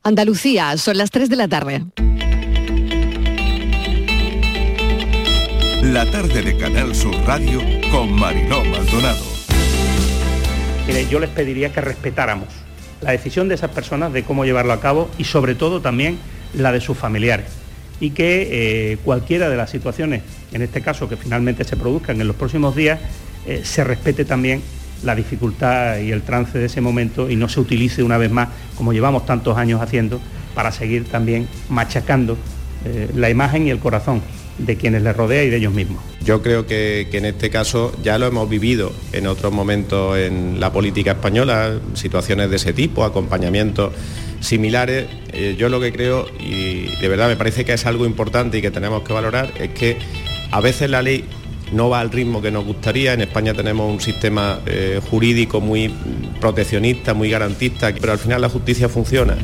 Andalucía, son las 3 de la tarde. La tarde de Canal Sur Radio con Mariló Maldonado. Mire, yo les pediría que respetáramos la decisión de esas personas de cómo llevarlo a cabo y sobre todo también la de sus familiares. Y que cualquiera de las situaciones, en este caso que finalmente se produzcan en los próximos días, se respete también la dificultad y el trance de ese momento y no se utilice una vez más, como llevamos tantos años haciendo, para seguir también machacando la imagen y el corazón de quienes les rodea y de ellos mismos. Yo creo que en este caso ya lo hemos vivido en otros momentos en la política española, situaciones de ese tipo, acompañamientos similares. Yo lo que creo, y de verdad me parece que es algo importante y que tenemos que valorar, es que a veces la ley no va al ritmo que nos gustaría. En España tenemos un sistema jurídico muy proteccionista, muy garantista, pero al final la justicia funciona.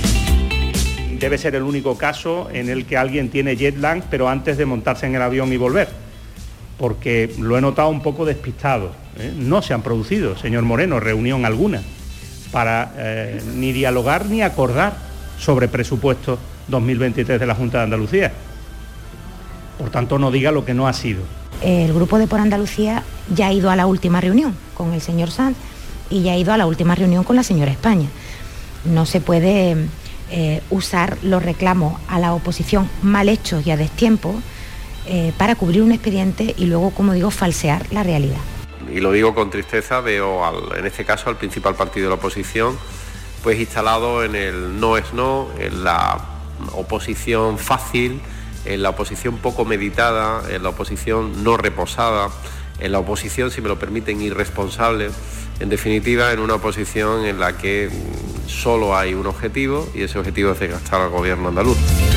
Debe ser el único caso en el que alguien tiene jet lag, pero antes de montarse en el avión y volver, porque lo he notado un poco despistado. No se han producido, señor Moreno, reunión alguna para ni dialogar ni acordar sobre presupuesto 2023 de la Junta de Andalucía. Por tanto, no diga lo que no ha sido. El grupo de Por Andalucía ya ha ido a la última reunión con el señor Sanz y ya ha ido a la última reunión con la señora España. No se puede usar los reclamos a la oposición mal hechos y a destiempo para cubrir un expediente y luego, como digo, falsear la realidad. Y lo digo con tristeza, veo en este caso al principal partido de la oposición pues instalado en el no es no, en la oposición fácil, en la oposición poco meditada, en la oposición no reposada, en la oposición, si me lo permiten, irresponsable, en definitiva en una oposición en la que solo hay un objetivo y ese objetivo es desgastar al gobierno andaluz.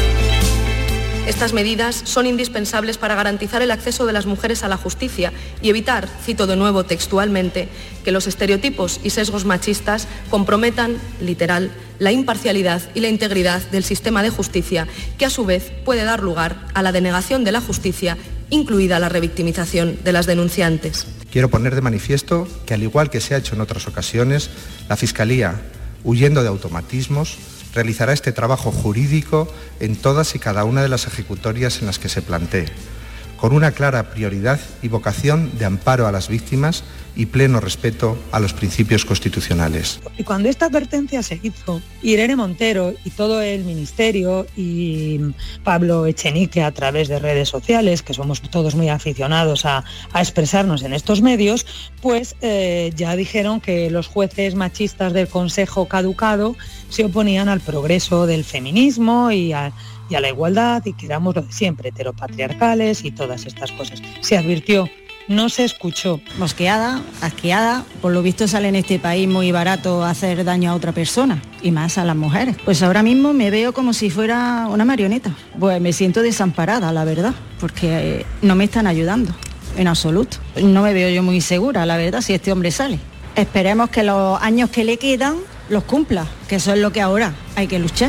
Estas medidas son indispensables para garantizar el acceso de las mujeres a la justicia y evitar, cito de nuevo textualmente, que los estereotipos y sesgos machistas comprometan, literal, la imparcialidad y la integridad del sistema de justicia, que a su vez puede dar lugar a la denegación de la justicia, incluida la revictimización de las denunciantes. Quiero poner de manifiesto que, al igual que se ha hecho en otras ocasiones, la Fiscalía, huyendo de automatismos, realizará este trabajo jurídico en todas y cada una de las ejecutorias en las que se plantee, con una clara prioridad y vocación de amparo a las víctimas y pleno respeto a los principios constitucionales. Y cuando esta advertencia se hizo, Irene Montero y todo el Ministerio y Pablo Echenique a través de redes sociales, que somos todos muy aficionados a expresarnos en estos medios, pues ya dijeron que los jueces machistas del Consejo caducado se oponían al progreso del feminismo y a la igualdad, y que éramos lo de siempre, heteropatriarcales y todas estas cosas. Se advirtió, no se escuchó. Mosqueada, asqueada, por lo visto sale en este país muy barato hacer daño a otra persona, y más a las mujeres. Pues ahora mismo me veo como si fuera una marioneta. Pues me siento desamparada, la verdad, porque no me están ayudando, en absoluto. No me veo yo muy segura, la verdad, si este hombre sale. Esperemos que los años que le quedan los cumpla, que eso es lo que ahora hay que luchar.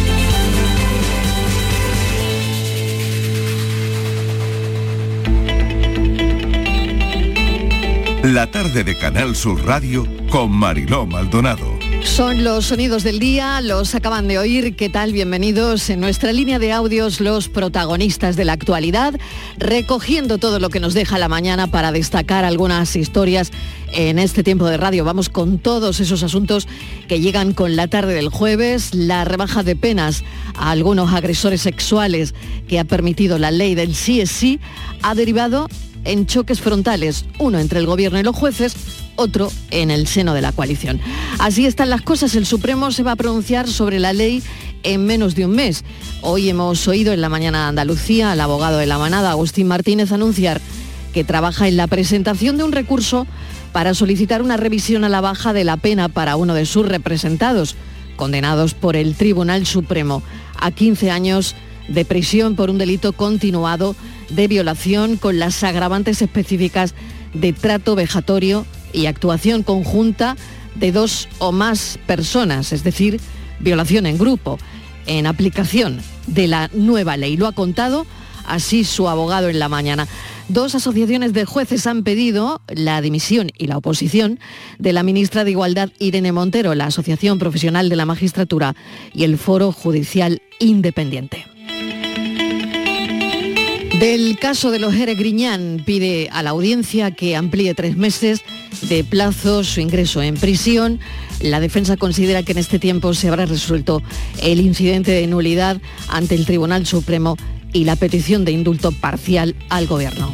La tarde de Canal Sur Radio con Mariló Maldonado. Son los sonidos del día, los acaban de oír. ¿Qué tal? Bienvenidos en nuestra línea de audios, los protagonistas de la actualidad, recogiendo todo lo que nos deja la mañana para destacar algunas historias en este tiempo de radio. Vamos con todos esos asuntos que llegan con la tarde del jueves. La rebaja de penas a algunos agresores sexuales que ha permitido la ley del sí es sí ha derivado en choques frontales, uno entre el gobierno y los jueces, otro en el seno de la coalición. Así están las cosas. El Supremo se va a pronunciar sobre la ley en menos de un mes. Hoy hemos oído en la mañana de Andalucía al abogado de la manada, Agustín Martínez, anunciar que trabaja en la presentación de un recurso para solicitar una revisión a la baja de la pena para uno de sus representados, condenados por el Tribunal Supremo a 15 años de prisión por un delito continuado de violación con las agravantes específicas de trato vejatorio y actuación conjunta de dos o más personas, es decir, violación en grupo, en aplicación de la nueva ley. Lo ha contado así su abogado en la mañana. 2 asociaciones de jueces han pedido la dimisión y la oposición de la ministra de Igualdad, Irene Montero, la Asociación Profesional de la Magistratura y el Foro Judicial Independiente. Del caso de los ERE, Griñán pide a la audiencia que amplíe 3 meses de plazo su ingreso en prisión. La defensa considera que en este tiempo se habrá resuelto el incidente de nulidad ante el Tribunal Supremo y la petición de indulto parcial al Gobierno.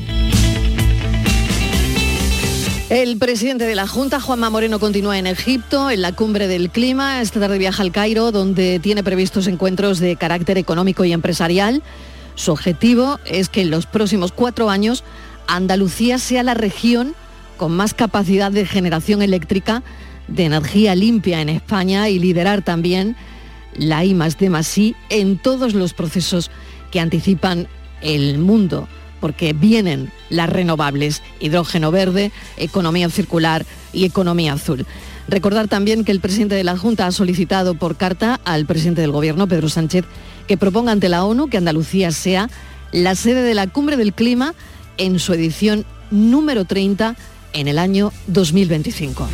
El presidente de la Junta, Juanma Moreno, continúa en Egipto, en la cumbre del clima. Esta tarde viaja al Cairo, donde tiene previstos encuentros de carácter económico y empresarial. Su objetivo es que en los próximos 4 años Andalucía sea la región con más capacidad de generación eléctrica de energía limpia en España y liderar también la I+D+I en todos los procesos que anticipan el mundo, porque vienen las renovables, hidrógeno verde, economía circular y economía azul. Recordar también que el presidente de la Junta ha solicitado por carta al presidente del Gobierno, Pedro Sánchez, que proponga ante la ONU que Andalucía sea la sede de la Cumbre del Clima en su edición número 30 en el año 2025.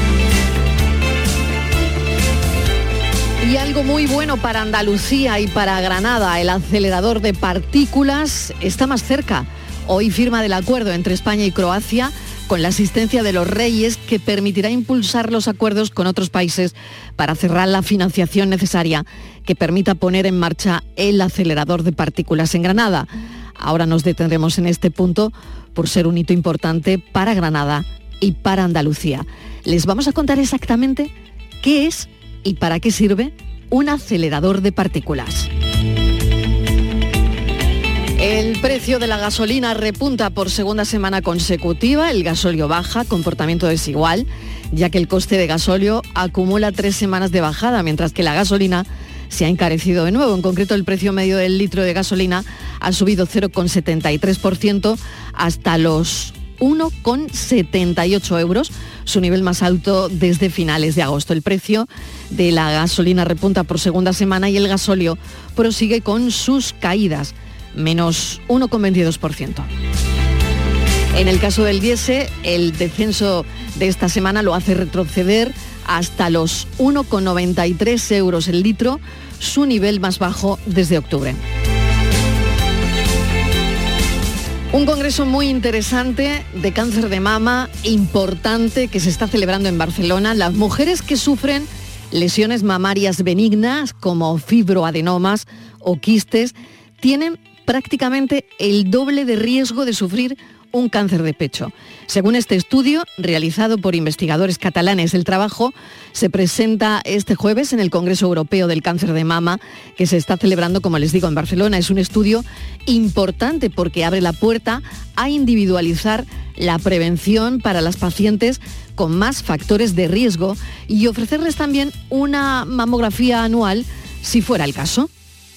Y algo muy bueno para Andalucía y para Granada, el acelerador de partículas está más cerca. Hoy firma del acuerdo entre España y Croacia con la asistencia de los Reyes, que permitirá impulsar los acuerdos con otros países para cerrar la financiación necesaria que permita poner en marcha el acelerador de partículas en Granada. Ahora nos detendremos en este punto por ser un hito importante para Granada y para Andalucía. Les vamos a contar exactamente qué es y para qué sirve un acelerador de partículas. El precio de la gasolina repunta por segunda semana consecutiva, el gasóleo baja, comportamiento desigual, ya que el coste de gasóleo acumula 3 semanas de bajada, mientras que la gasolina se ha encarecido de nuevo. En concreto, el precio medio del litro de gasolina ha subido 0,73% hasta los 1,78 euros, su nivel más alto desde finales de agosto. El precio de la gasolina repunta por segunda semana y el gasóleo prosigue con sus caídas, menos 1,22%. En el caso del diésel, el descenso de esta semana lo hace retroceder hasta los 1,93 euros el litro, su nivel más bajo desde octubre. Un congreso muy interesante de cáncer de mama, importante, que se está celebrando en Barcelona. Las mujeres que sufren lesiones mamarias benignas como fibroadenomas o quistes tienen prácticamente el doble de riesgo de sufrir un cáncer de pecho. Según este estudio, realizado por investigadores catalanes, el trabajo se presenta este jueves en el Congreso Europeo del Cáncer de Mama, que se está celebrando, como les digo, en Barcelona. Es un estudio importante porque abre la puerta a individualizar la prevención para las pacientes con más factores de riesgo y ofrecerles también una mamografía anual si fuera el caso.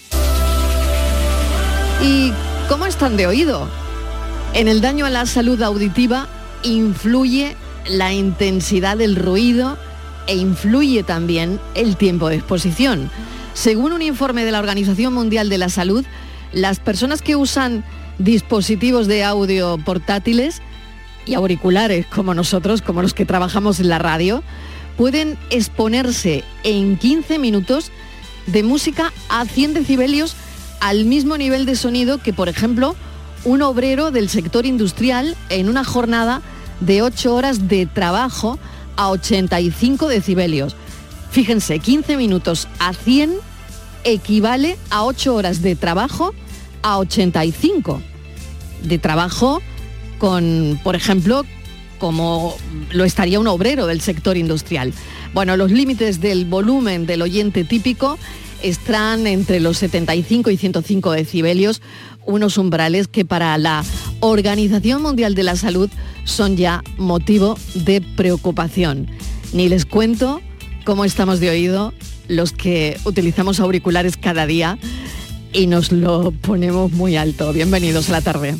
¿Y cómo están de oído? En el daño a la salud auditiva influye la intensidad del ruido e influye también el tiempo de exposición. Según un informe de la Organización Mundial de la Salud, las personas que usan dispositivos de audio portátiles y auriculares como nosotros, como los que trabajamos en la radio, pueden exponerse en 15 minutos de música a 100 decibelios al mismo nivel de sonido que, por ejemplo, un obrero del sector industrial en una jornada de 8 horas de trabajo a 85 decibelios. Fíjense, 15 minutos a 100 equivale a 8 horas de trabajo a 85. De trabajo con, por ejemplo, como lo estaría un obrero del sector industrial. Bueno, los límites del volumen del oyente típico están entre los 75 y 105 decibelios, unos umbrales que para la Organización Mundial de la Salud son ya motivo de preocupación. Ni les cuento cómo estamos de oído los que utilizamos auriculares cada día y nos lo ponemos muy alto. Bienvenidos a la tarde.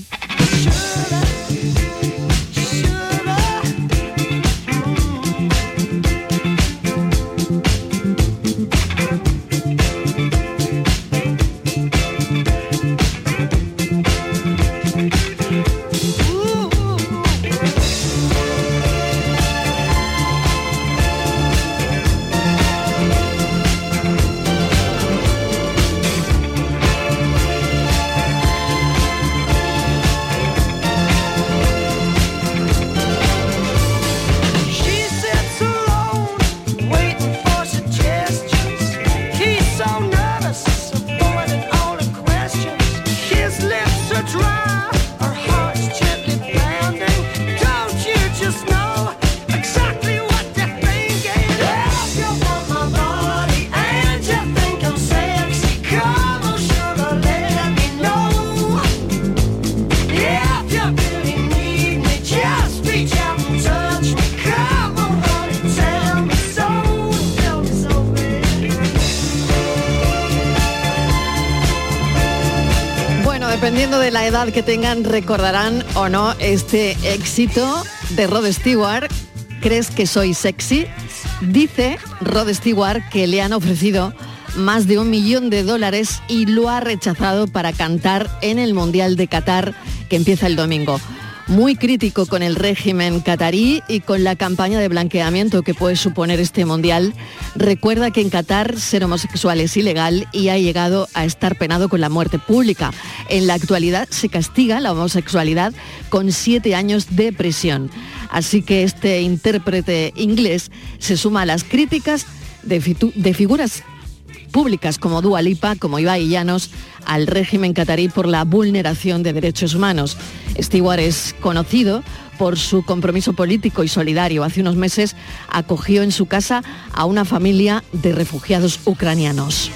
Dependiendo de la edad que tengan, recordarán o no este éxito de Rod Stewart. ¿Crees que soy sexy? Dice Rod Stewart que le han ofrecido más de $1 millón y lo ha rechazado para cantar en el Mundial de Qatar, que empieza el domingo. Muy crítico con el régimen catarí y con la campaña de blanqueamiento que puede suponer este Mundial. Recuerda que en Qatar ser homosexual es ilegal y ha llegado a estar penado con la muerte pública. En la actualidad se castiga la homosexualidad con 7 años de prisión. Así que este intérprete inglés se suma a las críticas de figuras públicas como Dua Lipa, como Ibai Llanos, al régimen catarí por la vulneración de derechos humanos. Stewart es conocido por su compromiso político y solidario. Hace unos meses acogió en su casa a una familia de refugiados ucranianos.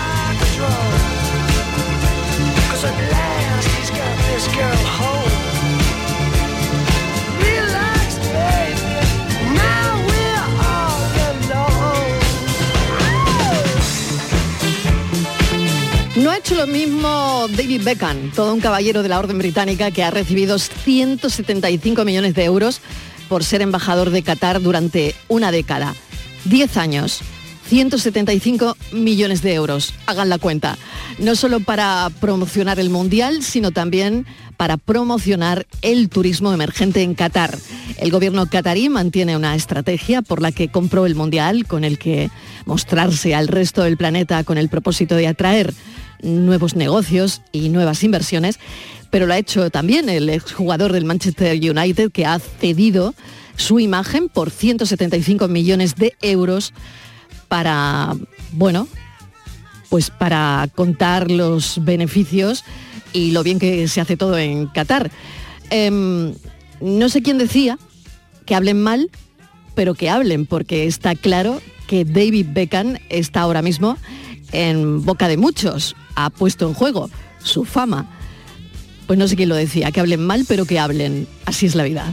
No ha hecho lo mismo David Beckham, todo un caballero de la Orden Británica que ha recibido 175 millones de euros por ser embajador de Qatar durante una década. 10 años, 175 millones de euros, hagan la cuenta. No solo para promocionar el Mundial, sino también para promocionar el turismo emergente en Qatar. El gobierno qatarí mantiene una estrategia por la que compró el Mundial, con el que mostrarse al resto del planeta con el propósito de atraer nuevos negocios y nuevas inversiones, pero lo ha hecho también el exjugador del Manchester United, que ha cedido su imagen por 175 millones de euros para, bueno, pues para contar los beneficios y lo bien que se hace todo en Qatar. No sé quién decía que hablen mal, pero que hablen, porque está claro que David Beckham está ahora mismo en boca de muchos, ha puesto en juego su fama. Pues no sé quién lo decía, que hablen mal, pero que hablen. Así es la vida.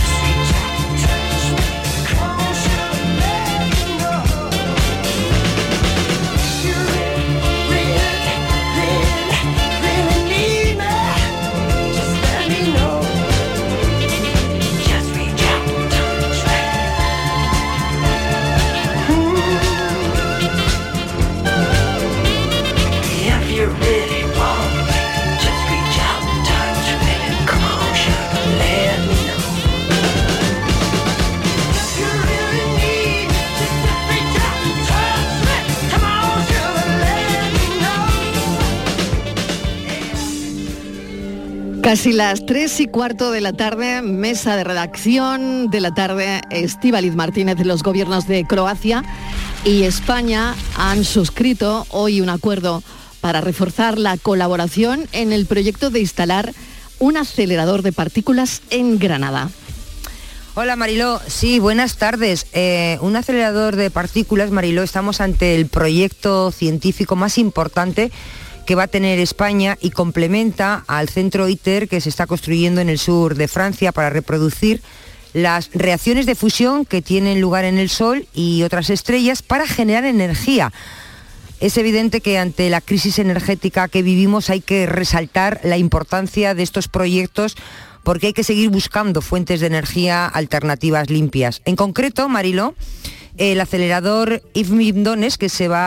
Casi las 3:15 de la tarde, mesa de redacción de la tarde. Estíbaliz Martínez. Los gobiernos de Croacia y España han suscrito hoy un acuerdo para reforzar la colaboración en el proyecto de instalar un acelerador de partículas en Granada. Hola Mariló, sí, buenas tardes. Un acelerador de partículas, Mariló, estamos ante el proyecto científico más importante que va a tener España y complementa al centro ITER que se está construyendo en el sur de Francia para reproducir las reacciones de fusión que tienen lugar en el Sol y otras estrellas para generar energía. Es evidente que ante la crisis energética que vivimos hay que resaltar la importancia de estos proyectos porque hay que seguir buscando fuentes de energía alternativas limpias. En concreto, Mariló, el acelerador Yves Mindones, que se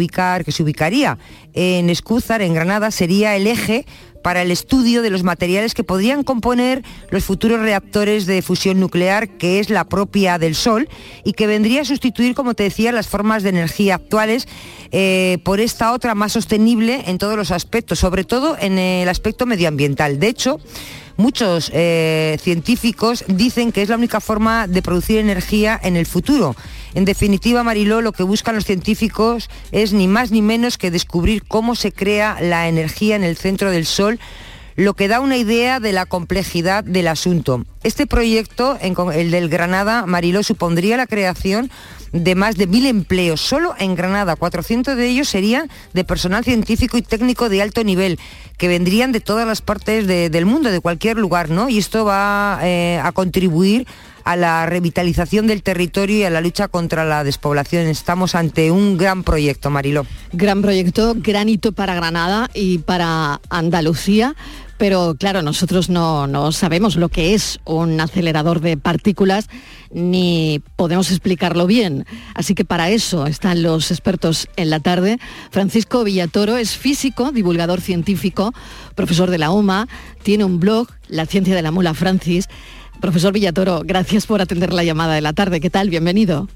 ubicaría en Escúzar, en Granada, sería el eje para el estudio de los materiales que podrían componer los futuros reactores de fusión nuclear, que es la propia del Sol, y que vendría a sustituir, como te decía, las formas de energía actuales por esta otra más sostenible en todos los aspectos, sobre todo en el aspecto medioambiental. De hecho, muchos científicos dicen que es la única forma de producir energía en el futuro. En definitiva, Mariló, lo que buscan los científicos es ni más ni menos que descubrir cómo se crea la energía en el centro del Sol, lo que da una idea de la complejidad del asunto. Este proyecto, el del Granada, Mariló, supondría la creación de más de 1.000 empleos solo en Granada. 400 de ellos serían de personal científico y técnico de alto nivel, que vendrían de todas las partes del mundo, de cualquier lugar, ¿no? Y esto va a contribuir a la revitalización del territorio y a la lucha contra la despoblación. Estamos ante un gran proyecto, Mariló. Gran proyecto, gran hito para Granada y para Andalucía. Pero claro, nosotros no sabemos lo que es un acelerador de partículas ni podemos explicarlo bien. Así que para eso están los expertos en la tarde. Francisco Villatoro es físico, divulgador científico, profesor de la UMA, tiene un blog, La Ciencia de la Mula Francis. Profesor Villatoro, gracias por atender la llamada de la tarde. ¿Qué tal? Bienvenido.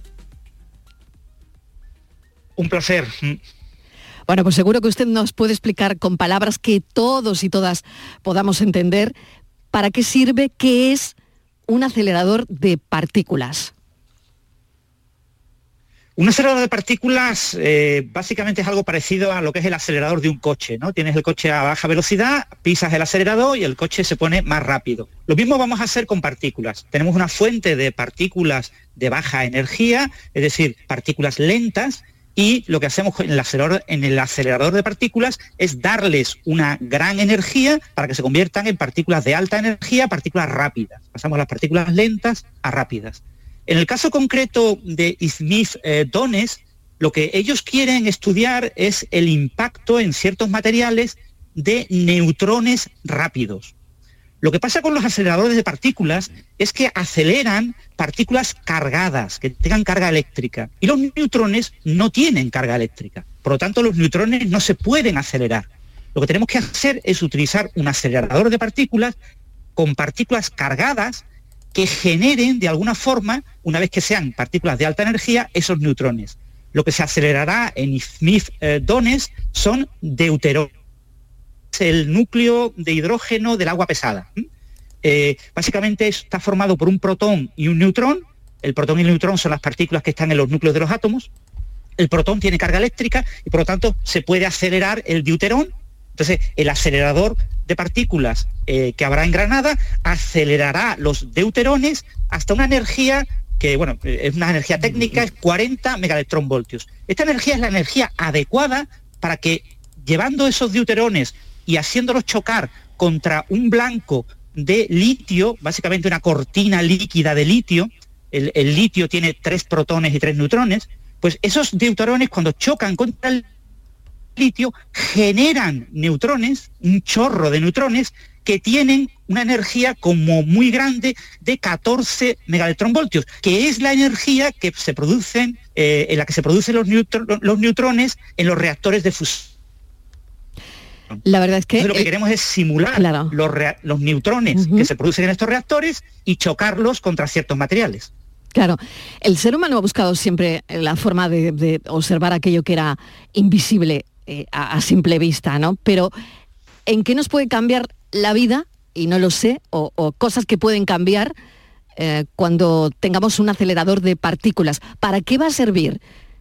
Un placer. Bueno, pues seguro que usted nos puede explicar con palabras que todos y todas podamos entender para qué sirve, qué es un acelerador de partículas. Un acelerador de partículas básicamente es algo parecido a lo que es el acelerador de un coche, ¿no? Tienes el coche a baja velocidad, pisas el acelerador y el coche se pone más rápido. Lo mismo vamos a hacer con partículas. Tenemos una fuente de partículas de baja energía, es decir, partículas lentas, y lo que hacemos en el acelerador de partículas es darles una gran energía para que se conviertan en partículas de alta energía, partículas rápidas. Pasamos las partículas lentas a rápidas. En el caso concreto de Smith-Dones, lo que ellos quieren estudiar es el impacto en ciertos materiales de neutrones rápidos. Lo que pasa con los aceleradores de partículas es que aceleran partículas cargadas, que tengan carga eléctrica, y los neutrones no tienen carga eléctrica. Por lo tanto, los neutrones no se pueden acelerar. Lo que tenemos que hacer es utilizar un acelerador de partículas con partículas cargadas que generen de alguna forma, una vez que sean partículas de alta energía, esos neutrones. Lo que se acelerará en Smith-Dones son deuterones, el núcleo de hidrógeno del agua pesada. Básicamente está formado por un protón y un neutrón. El protón y el neutrón son las partículas que están en los núcleos de los átomos. El protón tiene carga eléctrica y por lo tanto se puede acelerar el deuterón. Entonces el acelerador de partículas que habrá en Granada acelerará los deuterones hasta una energía que, bueno, es una energía técnica, es 40 megaelectronvoltios. Esta energía es la energía adecuada para que, llevando esos deuterones y haciéndolos chocar contra un blanco de litio, básicamente una cortina líquida de litio, el litio tiene 3 protones y 3 neutrones, pues esos deuterones cuando chocan contra el litio generan neutrones, un chorro de neutrones que tienen una energía como muy grande de 14 megaelectronvoltios, que es la energía que se producen, en la que se producen los neutrones en los reactores de fusión. La verdad es que entonces, lo que queremos es simular los neutrones que se producen en estos reactores y chocarlos contra ciertos materiales. Claro, el ser humano ha buscado siempre la forma de observar aquello que era invisible a simple vista, ¿no? Pero ¿en qué nos puede cambiar la vida? Y no lo sé, o cosas que pueden cambiar cuando tengamos un acelerador de partículas. ¿Para qué va a servir?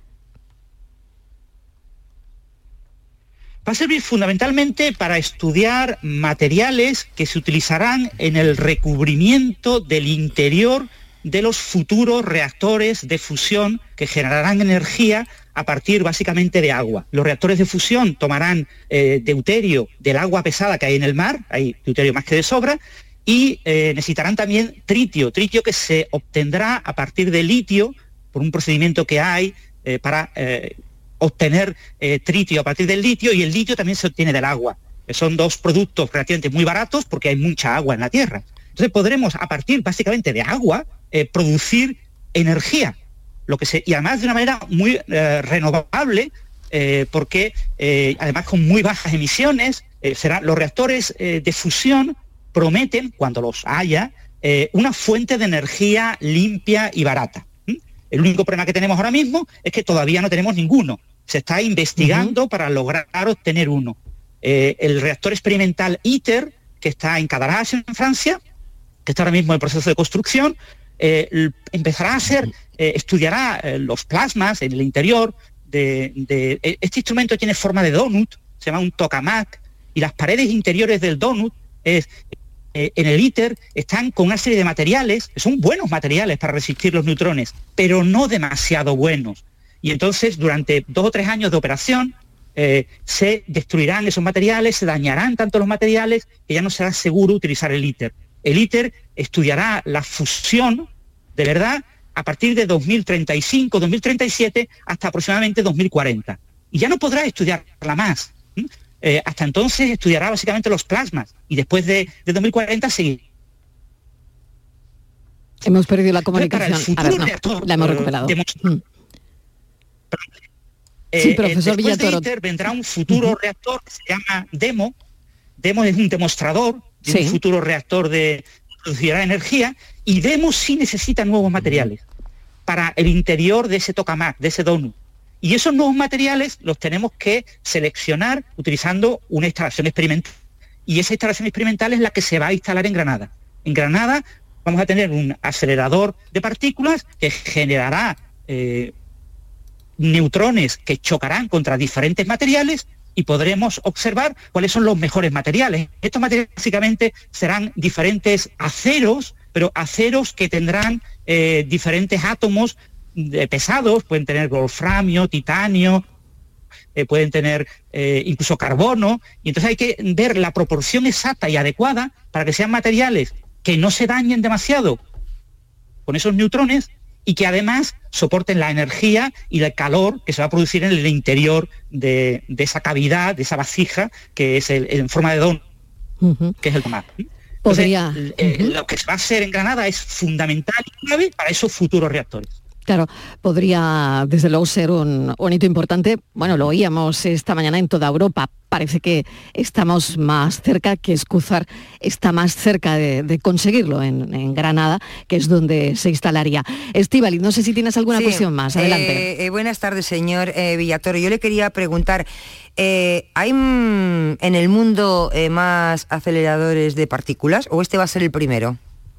Va a servir fundamentalmente para estudiar materiales que se utilizarán en el recubrimiento del interior de los futuros reactores de fusión que generarán energía a partir básicamente de agua. Los reactores de fusión tomarán deuterio del agua pesada que hay en el mar, hay deuterio más que de sobra, y necesitarán también tritio que se obtendrá a partir de litio, por un procedimiento que hay para obtener tritio a partir del litio, y el litio también se obtiene del agua. Son dos productos relativamente muy baratos porque hay mucha agua en la Tierra. Entonces podremos, a partir básicamente de agua, producir energía, y además de una manera muy renovable, porque además con muy bajas emisiones, los reactores de fusión prometen, cuando los haya, una fuente de energía limpia y barata. El único problema que tenemos ahora mismo es que todavía no tenemos ninguno. Se está investigando para lograr obtener uno. El reactor experimental ITER, que está en Cadarache, en Francia, que está ahora mismo en proceso de construcción, empezará a estudiará los plasmas en el interior este instrumento. Tiene forma de donut, se llama un tokamak, y las paredes interiores del donut en el ITER están con una serie de materiales, que son buenos materiales para resistir los neutrones, pero no demasiado buenos. Y entonces, durante 2 o 3 años de operación, se destruirán esos materiales, se dañarán tanto los materiales que ya no será seguro utilizar el ITER. El ITER estudiará la fusión de verdad, a partir de 2035, 2037, hasta aproximadamente 2040. Y ya no podrá estudiarla más. Hasta entonces estudiará básicamente los plasmas y después de 2040 seguirá. Hemos perdido la comunicación. Ahora, no, la hemos recuperado. Sí, profesor Villatoro. Después de ITER vendrá un futuro reactor que se llama DEMO. DEMO es un demostrador de un futuro reactor de producirá energía, y DEMO sí necesita nuevos materiales para el interior de ese tokamak, de ese donut. Y esos nuevos materiales los tenemos que seleccionar utilizando una instalación experimental. Y esa instalación experimental es la que se va a instalar en Granada. En Granada vamos a tener un acelerador de partículas que generará neutrones que chocarán contra diferentes materiales y podremos observar cuáles son los mejores materiales. Estos materiales básicamente serán diferentes aceros, pero aceros que tendrán diferentes átomos pesados, pueden tener wolframio, titanio, pueden tener incluso carbono, y entonces hay que ver la proporción exacta y adecuada para que sean materiales que no se dañen demasiado con esos neutrones y que además soporten la energía y el calor que se va a producir en el interior de esa cavidad, de esa vasija, que es en forma de donut, que es el tokamak. Lo que se va a hacer en Granada es fundamental y clave para esos futuros reactores. Claro, podría desde luego ser un hito importante. Bueno, lo oíamos esta mañana en toda Europa. Parece que estamos más cerca, que Escúzar está más cerca de conseguirlo en Granada, que es donde se instalaría. Estíbaliz, no sé si tienes alguna cuestión más. Adelante. Buenas tardes, señor Villatoro. Yo le quería preguntar, ¿hay en el mundo más aceleradores de partículas o este va a ser el primero?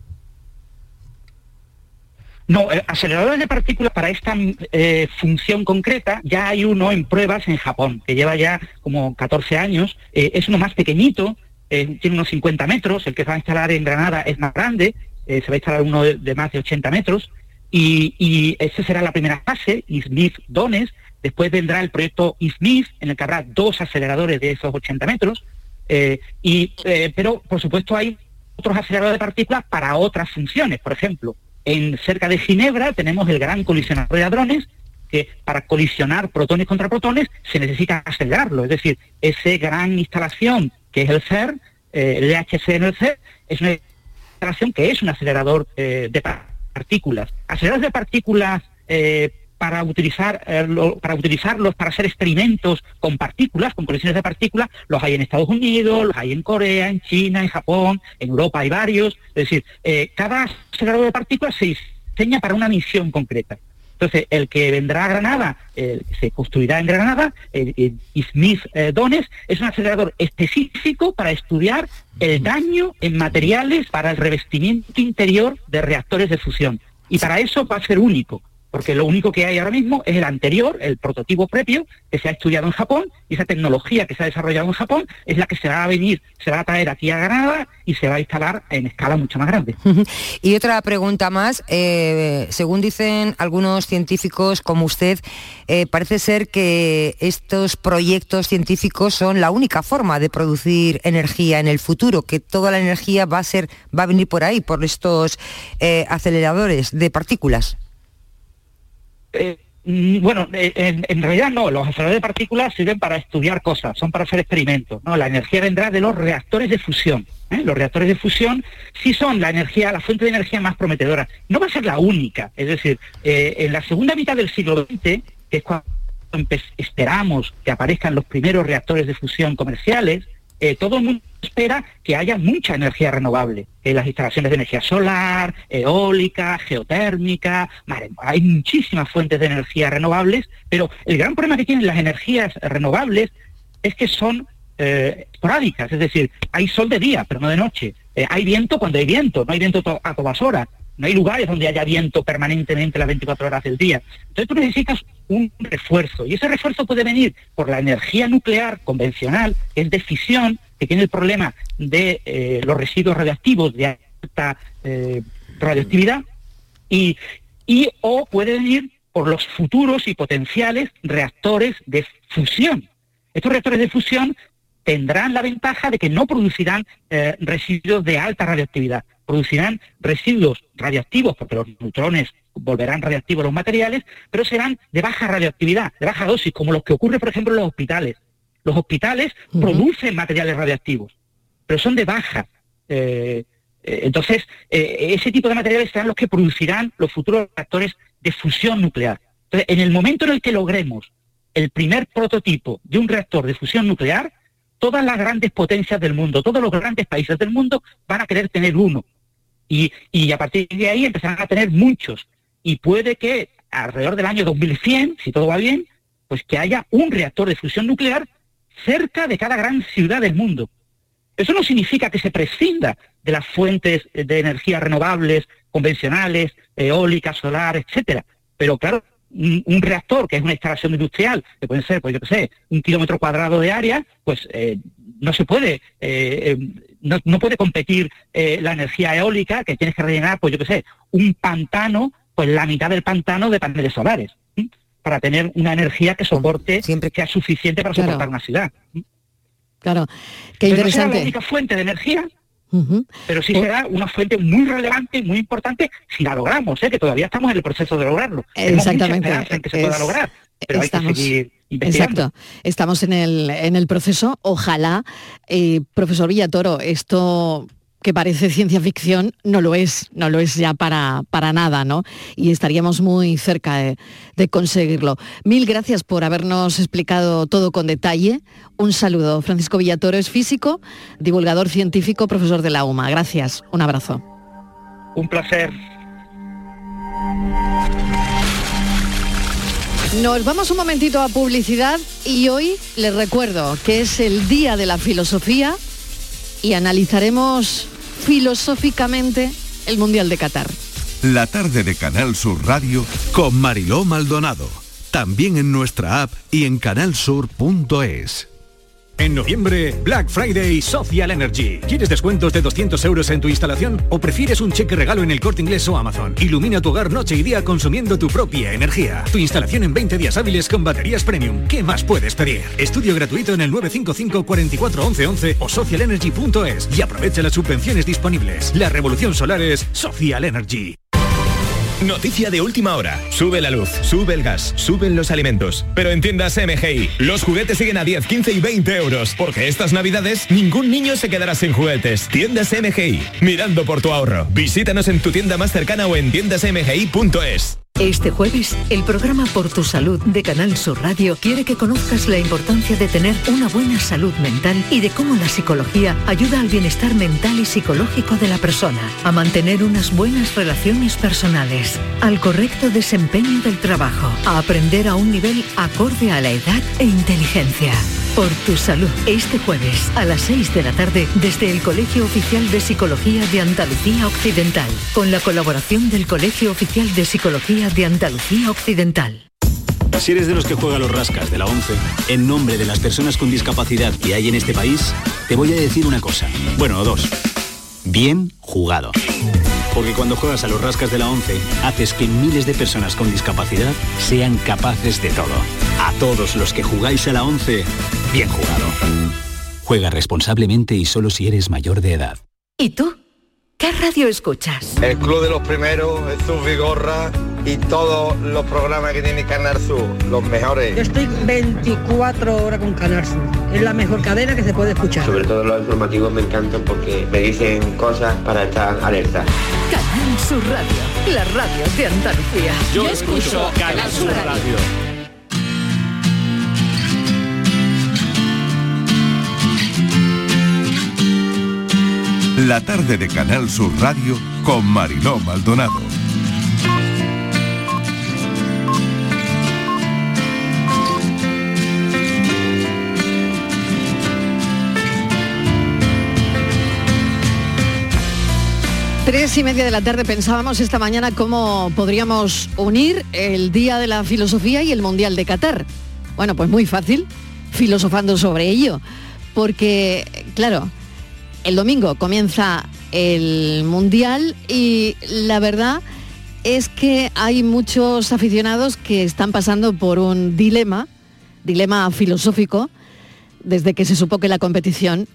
No, aceleradores de partículas para esta función concreta ya hay uno en pruebas en Japón, que lleva ya como 14 años, es uno más pequeñito, tiene unos 50 metros, el que se va a instalar en Granada es más grande, se va a instalar uno de más de 80 metros, y esa será la primera fase, ISMIF-DONES, después vendrá el proyecto ISMIF, en el que habrá 2 aceleradores de esos 80 metros, pero por supuesto hay otros aceleradores de partículas para otras funciones, por ejemplo, cerca de Ginebra tenemos el Gran Colisionador de Hadrones, que para colisionar protones contra protones se necesita acelerarlo, es decir, esa gran instalación que es el CERN, el LHC en el CERN, es una instalación que es un acelerador de partículas. Aceleradores de partículas para utilizarlos para hacer experimentos con partículas, con colisiones de partículas, los hay en Estados Unidos, los hay en Corea, en China, en Japón, en Europa hay varios. Es decir, cada acelerador de partículas se diseña para una misión concreta. Entonces, el que vendrá a Granada, se construirá en Granada, ISMIF-DONES, es un acelerador específico para estudiar el daño en materiales para el revestimiento interior de reactores de fusión. Y para eso va a ser único, porque lo único que hay ahora mismo es el anterior, el prototipo previo, que se ha estudiado en Japón, y esa tecnología que se ha desarrollado en Japón es la que se va a traer aquí a Granada y se va a instalar en escala mucho más grande. Y otra pregunta más, según dicen algunos científicos como usted, parece ser que estos proyectos científicos son la única forma de producir energía en el futuro, que toda la energía va a venir por ahí, por estos aceleradores de partículas. Bueno, en realidad no, los aceleradores de partículas sirven para estudiar cosas, son para hacer experimentos, ¿no? La energía vendrá de los reactores de fusión, Los reactores de fusión sí son la fuente de energía más prometedora. No va a ser la única, es decir, en la segunda mitad del siglo XX, que es cuando esperamos que aparezcan los primeros reactores de fusión comerciales, todo el mundo espera que haya mucha energía renovable en las instalaciones de energía solar, eólica, geotérmica. Hay muchísimas fuentes de energía renovables, pero el gran problema que tienen las energías renovables es que son esporádicas, es decir, hay sol de día, pero no de noche. Hay viento cuando hay viento, no hay viento a todas horas. No hay lugares donde haya viento permanentemente las 24 horas del día. Entonces tú necesitas un refuerzo, y ese refuerzo puede venir por la energía nuclear convencional, que es de fisión, que tiene el problema de los residuos radioactivos de alta radioactividad, o puede venir por los futuros y potenciales reactores de fusión. Estos reactores de fusión tendrán la ventaja de que no producirán residuos de alta radioactividad, producirán residuos radiactivos, porque los neutrones volverán radiactivos los materiales, pero serán de baja radioactividad, de baja dosis, como los que ocurre, por ejemplo, en los hospitales. Los hospitales producen materiales radiactivos, pero son de baja. Entonces, ese tipo de materiales serán los que producirán los futuros reactores de fusión nuclear. Entonces, en el momento en el que logremos el primer prototipo de un reactor de fusión nuclear, todas las grandes potencias del mundo, todos los grandes países del mundo van a querer tener uno. Y a partir de ahí empezarán a tener muchos. Y puede que alrededor del año 2100, si todo va bien, pues que haya un reactor de fusión nuclear cerca de cada gran ciudad del mundo. Eso no significa que se prescinda de las fuentes de energía renovables, convencionales, eólicas, solar, etcétera. Pero claro, un reactor, que es una instalación industrial, que puede ser, pues yo qué sé, 1 kilómetro cuadrado de área, pues no se puede, no puede competir la energía eólica, que tienes que rellenar, pues yo qué sé, un pantano, pues la mitad del pantano de paneles solares, para tener una energía que soporte, que sea suficiente para soportar una ciudad. Claro, qué interesante. No será la única fuente de energía, pero sí será una fuente muy relevante y muy importante si la logramos, que todavía estamos en el proceso de lograrlo. Exactamente. Tenemos mucha esperanza en que se pueda lograr, pero hay que seguir investigando. Exacto, estamos en el proceso, ojalá. Profesor Villatoro, esto que parece ciencia ficción no lo es ya para nada, ¿no? Y estaríamos muy cerca de conseguirlo. Mil gracias por habernos explicado todo con detalle. Un saludo. Francisco Villatoro es físico, divulgador científico, profesor de la UMA. Gracias, un abrazo. Un placer. Nos vamos un momentito a publicidad y hoy les recuerdo que es el Día de la Filosofía y analizaremos filosóficamente el Mundial de Qatar. La tarde de Canal Sur Radio con Mariló Maldonado. También en nuestra app y en canalsur.es. En noviembre, Black Friday Social Energy. ¿Quieres descuentos de 200 euros en tu instalación o prefieres un cheque regalo en El Corte Inglés o Amazon? Ilumina tu hogar noche y día consumiendo tu propia energía. Tu instalación en 20 días hábiles con baterías premium. ¿Qué más puedes pedir? Estudio gratuito en el 955 44 11 11 o socialenergy.es y aprovecha las subvenciones disponibles. La revolución solar es Social Energy. Noticia de última hora. Sube la luz, sube el gas, suben los alimentos. Pero en tiendas MGI, los juguetes siguen a 10, 15 y 20 euros. Porque estas navidades, ningún niño se quedará sin juguetes. Tiendas MGI, mirando por tu ahorro. Visítanos en tu tienda más cercana o en tiendasmgi.es. Este jueves, el programa Por tu Salud de Canal Sur Radio quiere que conozcas la importancia de tener una buena salud mental y de cómo la psicología ayuda al bienestar mental y psicológico de la persona, a mantener unas buenas relaciones personales, al correcto desempeño del trabajo, a aprender a un nivel acorde a la edad e inteligencia. Por tu Salud, este jueves a las 6 de la tarde desde el Colegio Oficial de Psicología de Andalucía Occidental, con la colaboración del Colegio Oficial de Psicología de Andalucía Occidental. Si eres de los que juega los rascas de la 11, en nombre de las personas con discapacidad que hay en este país, te voy a decir una cosa, bueno, dos. Bien jugado. Porque cuando juegas a los rascas de la 11, haces que miles de personas con discapacidad sean capaces de todo. A todos los que jugáis a la 11, bien jugado. Juega responsablemente y solo si eres mayor de edad. ¿Y tú? ¿Qué radio escuchas? El Club de los Primeros, Jesús Vigorra y todos los programas que tiene Canal Sur, los mejores. Yo estoy 24 horas con Canal Sur. Es la mejor cadena que se puede escuchar. Sobre todo los informativos me encantan porque me dicen cosas para estar alerta. Canal Sur Radio, la radio de Andalucía. Yo escucho Canal Sur Radio. La tarde de Canal Sur Radio con Mariló Maldonado. Tres y media de la tarde pensábamos esta mañana cómo podríamos unir el Día de la Filosofía y el Mundial de Qatar. Bueno, pues muy fácil, filosofando sobre ello, porque, claro, el domingo comienza el Mundial y la verdad es que hay muchos aficionados que están pasando por un dilema filosófico, desde que se supo que la competición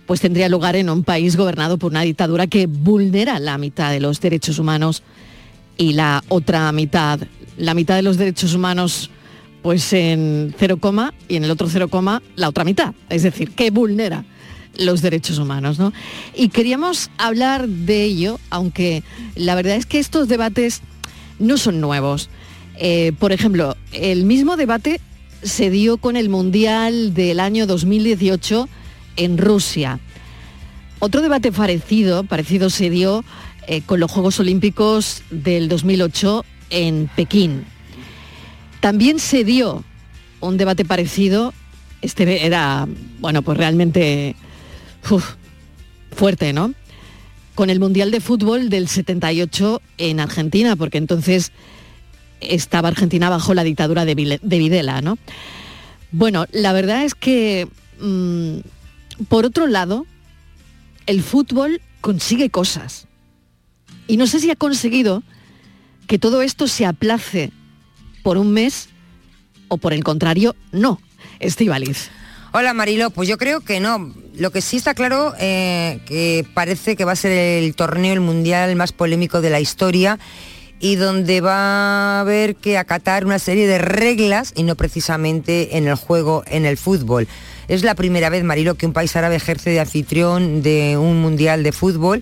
pues tendría lugar en un país gobernado por una dictadura que vulnera la mitad de los derechos humanos y la otra mitad, la mitad de los derechos humanos pues en 0, y en el otro 0, la otra mitad, es decir, que vulnera los derechos humanos, ¿no? Y queríamos hablar de ello, aunque la verdad es que estos debates no son nuevos. Por ejemplo, el mismo debate se dio con el Mundial del año 2018 en Rusia. Otro debate parecido se dio con los Juegos Olímpicos del 2008 en Pekín. También se dio un debate parecido, este era, bueno, pues realmente fuerte, ¿no? Con el Mundial de Fútbol del 78 en Argentina, porque entonces estaba Argentina bajo la dictadura de Videla, ¿no? Bueno, la verdad es que, por otro lado, el fútbol consigue cosas. Y no sé si ha conseguido que todo esto se aplace por un mes o por el contrario, no. Estíbaliz. Hola Mariló, pues yo creo que no. Lo que sí está claro que parece que va a ser el torneo, el mundial más polémico de la historia y donde va a haber que acatar una serie de reglas y no precisamente en el juego, en el fútbol. Es la primera vez, Mariló, que un país árabe ejerce de anfitrión de un mundial de fútbol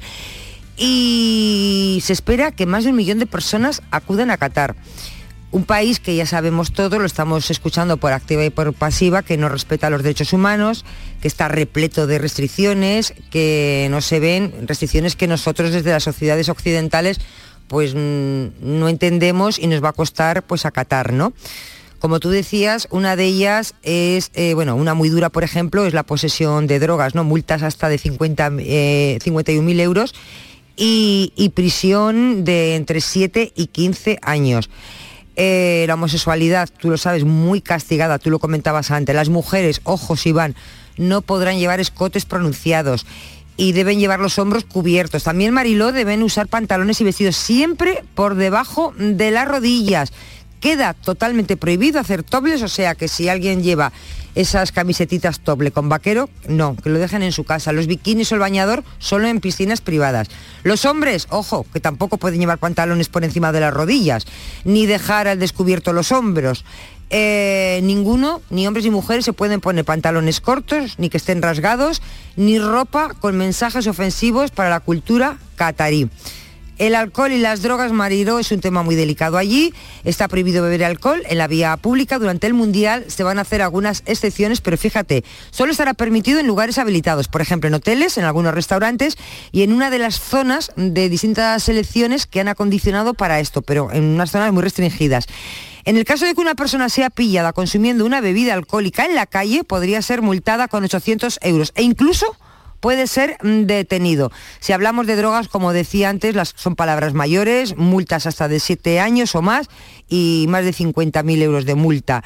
y se espera que más de 1 millón de personas acudan a Qatar. Un país que ya sabemos todo, lo estamos escuchando por activa y por pasiva, que no respeta los derechos humanos, que está repleto de restricciones, que no se ven, restricciones que nosotros desde las sociedades occidentales pues no entendemos y nos va a costar pues acatar, ¿no? Como tú decías, una de ellas es, una muy dura, por ejemplo, es la posesión de drogas, ¿no? Multas hasta de 51.000 euros y prisión de entre 7 y 15 años. La homosexualidad, tú lo sabes, muy castigada, tú lo comentabas antes. Las mujeres, ojos Iván, no podrán llevar escotes pronunciados y deben llevar los hombros cubiertos. También, Mariló, deben usar pantalones y vestidos siempre por debajo de las rodillas. Queda totalmente prohibido hacer topless, o sea que si alguien lleva esas camisetitas tople con vaquero, no, que lo dejen en su casa. Los bikinis o el bañador solo en piscinas privadas. Los hombres, ojo, que tampoco pueden llevar pantalones por encima de las rodillas, ni dejar al descubierto los hombros. Ninguno, ni hombres ni mujeres, se pueden poner pantalones cortos, ni que estén rasgados, ni ropa con mensajes ofensivos para la cultura catarí. El alcohol y las drogas, Mariló, es un tema muy delicado allí. Está prohibido beber alcohol en la vía pública. Durante el Mundial se van a hacer algunas excepciones, pero fíjate, solo estará permitido en lugares habilitados, por ejemplo, en hoteles, en algunos restaurantes y en una de las zonas de distintas selecciones que han acondicionado para esto, pero en unas zonas muy restringidas. En el caso de que una persona sea pillada consumiendo una bebida alcohólica en la calle, podría ser multada con 800 euros e incluso puede ser detenido. Si hablamos de drogas, como decía antes, son palabras mayores, multas hasta de 7 años o más y más de 50.000 euros de multa.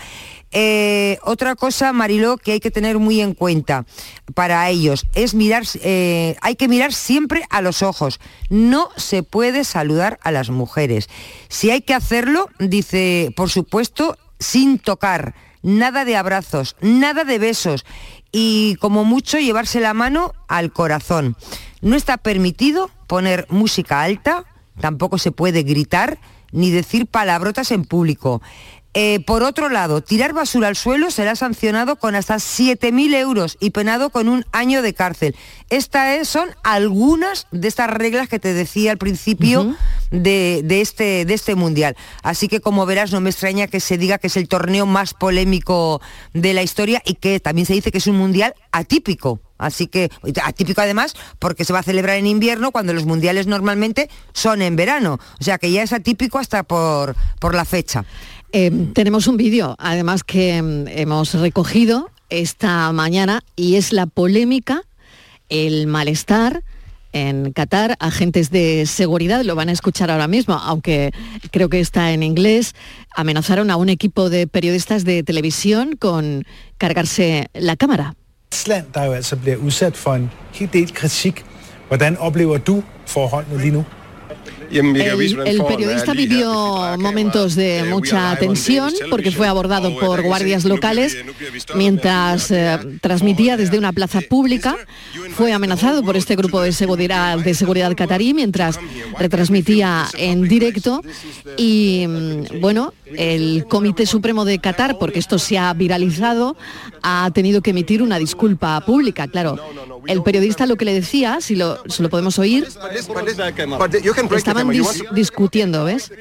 Otra cosa, Mariló, que hay que tener muy en cuenta para ellos es hay que mirar siempre a los ojos. No se puede saludar a las mujeres. Si hay que hacerlo, dice, por supuesto, sin tocar. Nada de abrazos, nada de besos y como mucho llevarse la mano al corazón. No está permitido poner música alta, tampoco se puede gritar ni decir palabrotas en público. Por otro lado, tirar basura al suelo será sancionado con hasta 7.000 euros y penado con 1 año de cárcel. Estas son algunas de estas reglas que te decía al principio de este mundial. Así que, como verás, no me extraña que se diga que es el torneo más polémico de la historia y que también se dice que es un mundial atípico. Así que, atípico además, porque se va a celebrar en invierno cuando los mundiales normalmente son en verano. O sea que ya es atípico hasta por la fecha. Tenemos un vídeo, además, que hemos recogido esta mañana y es la polémica, el malestar en Qatar. Agentes de seguridad, lo van a escuchar ahora mismo, aunque creo que está en inglés, amenazaron a un equipo de periodistas de televisión con cargarse la cámara. Island, der jo altså bliver udsat for en hel del kritik. Hvordan oplever du forholdene lige nu? El periodista vivió momentos de mucha tensión porque fue abordado por guardias locales mientras transmitía desde una plaza pública. Fue amenazado por este grupo de seguridad catarí mientras retransmitía en directo. Y bueno, el Comité Supremo de Qatar, porque esto se ha viralizado, ha tenido que emitir una disculpa pública. Claro, el periodista lo que le decía, si lo podemos oír, estaban discutiendo, ¿ves?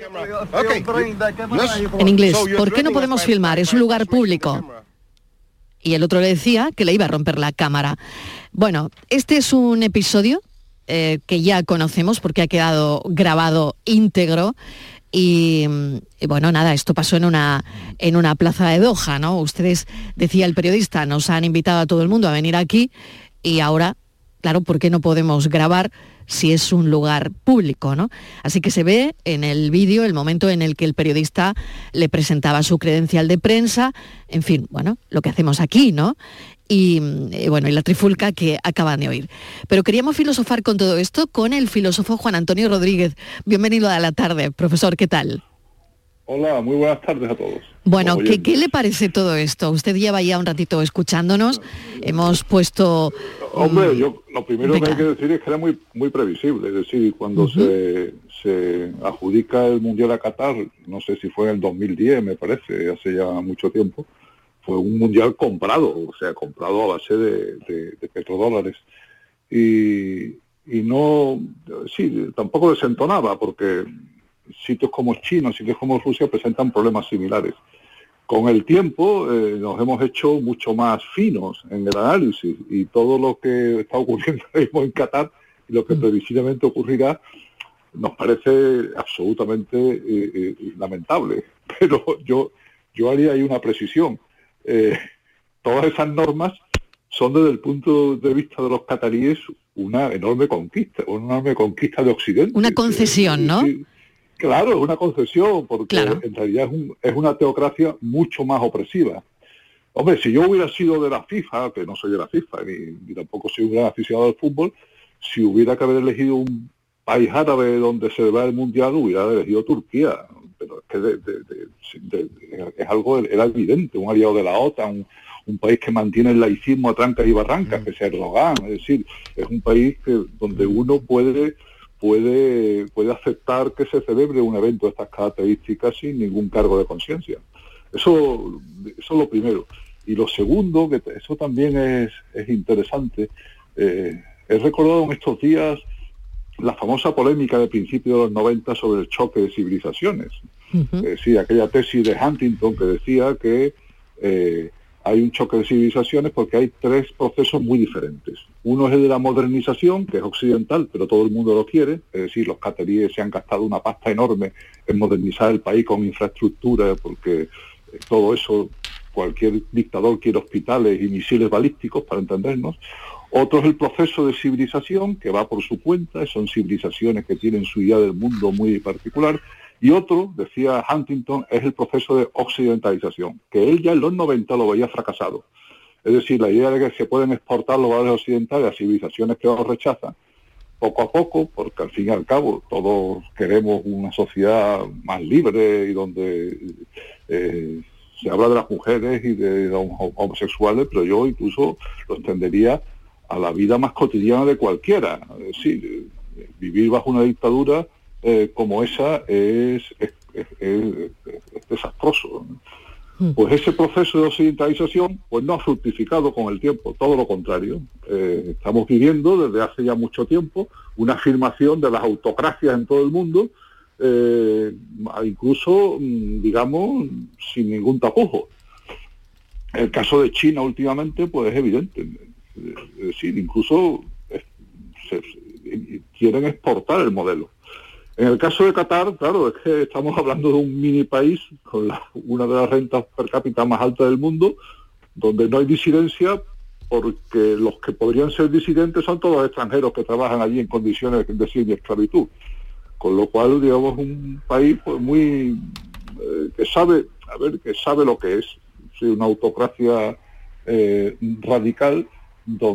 En inglés, ¿por qué no podemos filmar? Es un lugar público. Y el otro le decía que le iba a romper la cámara. Bueno, este es un episodio que ya conocemos porque ha quedado grabado íntegro. Y bueno, nada, esto pasó en una plaza de Doha, ¿no? Ustedes, decía el periodista, nos han invitado a todo el mundo a venir aquí y ahora, claro, ¿por qué no podemos grabar si es un lugar público, ¿no? Así que se ve en el vídeo el momento en el que el periodista le presentaba su credencial de prensa, en fin, bueno, lo que hacemos aquí, ¿no? Y bueno, y la trifulca que acaban de oír. Pero queríamos filosofar con todo esto con el filósofo Juan Antonio Rodríguez. Bienvenido a la tarde, profesor, ¿qué tal? Hola, muy buenas tardes a todos. Bueno, ¿qué le parece todo esto? Usted lleva ya un ratito escuchándonos, hemos puesto... Hombre, yo lo primero que hay que decir es que era muy previsible, es decir, cuando se adjudica el Mundial a Qatar, no sé si fue en el 2010, me parece, hace ya mucho tiempo, fue un mundial comprado, o sea, comprado a base de petrodólares. Y no, sí, tampoco desentonaba, porque sitios como China, sitios como Rusia presentan problemas similares. Con el tiempo nos hemos hecho mucho más finos en el análisis y todo lo que está ocurriendo ahora mismo en Qatar y lo que previsiblemente ocurrirá nos parece absolutamente lamentable. Pero yo haría ahí una precisión. Todas esas normas son desde el punto de vista de los cataríes una enorme conquista de Occidente. Una concesión, ¿no? Claro, es una concesión, porque en realidad es una teocracia mucho más opresiva. Hombre, si yo hubiera sido de la FIFA, que no soy de la FIFA, ni tampoco soy un gran aficionado al fútbol, si hubiera que haber elegido un país árabe donde se va el Mundial, hubiera elegido Turquía. Pero es que es algo, era evidente, un aliado de la OTAN, un país que mantiene el laicismo a trancas y barrancas, que es Erdogan. Es decir, es un país donde uno puede aceptar que se celebre un evento de estas características sin ningún cargo de conciencia. Eso es lo primero. Y lo segundo, que eso también es interesante, he recordado en estos días la famosa polémica de principios de los 90 sobre el choque de civilizaciones. Sí, aquella tesis de Huntington que decía que hay un choque de civilizaciones porque hay tres procesos muy diferentes. Uno es el de la modernización, que es occidental, pero todo el mundo lo quiere. Es decir, los cataríes se han gastado una pasta enorme en modernizar el país con infraestructura, porque todo eso, cualquier dictador quiere hospitales y misiles balísticos, para entendernos. Otro es el proceso de civilización, que va por su cuenta, son civilizaciones que tienen su idea del mundo muy particular. Y otro, decía Huntington, es el proceso de occidentalización, que él ya en los 90 lo veía fracasado. Es decir, la idea de que se pueden exportar los valores occidentales a civilizaciones que los rechazan, poco a poco, porque al fin y al cabo todos queremos una sociedad más libre y donde se habla de las mujeres y de los homosexuales, pero yo incluso lo extendería a la vida más cotidiana de cualquiera. Es decir, vivir bajo una dictadura como esa es desastroso. Pues ese proceso de occidentalización pues no ha fructificado con el tiempo, todo lo contrario. Estamos viviendo desde hace ya mucho tiempo una afirmación de las autocracias en todo el mundo, incluso, digamos, sin ningún tapujo. El caso de China últimamente pues es evidente. Es decir, incluso quieren exportar el modelo. En el caso de Qatar, claro, es que estamos hablando de un mini país con una de las rentas per cápita más altas del mundo, donde no hay disidencia, porque los que podrían ser disidentes son todos extranjeros que trabajan allí en condiciones de semi-esclavitud. Con lo cual, digamos, un país pues muy que sabe lo que es, ¿sí? Una autocracia radical,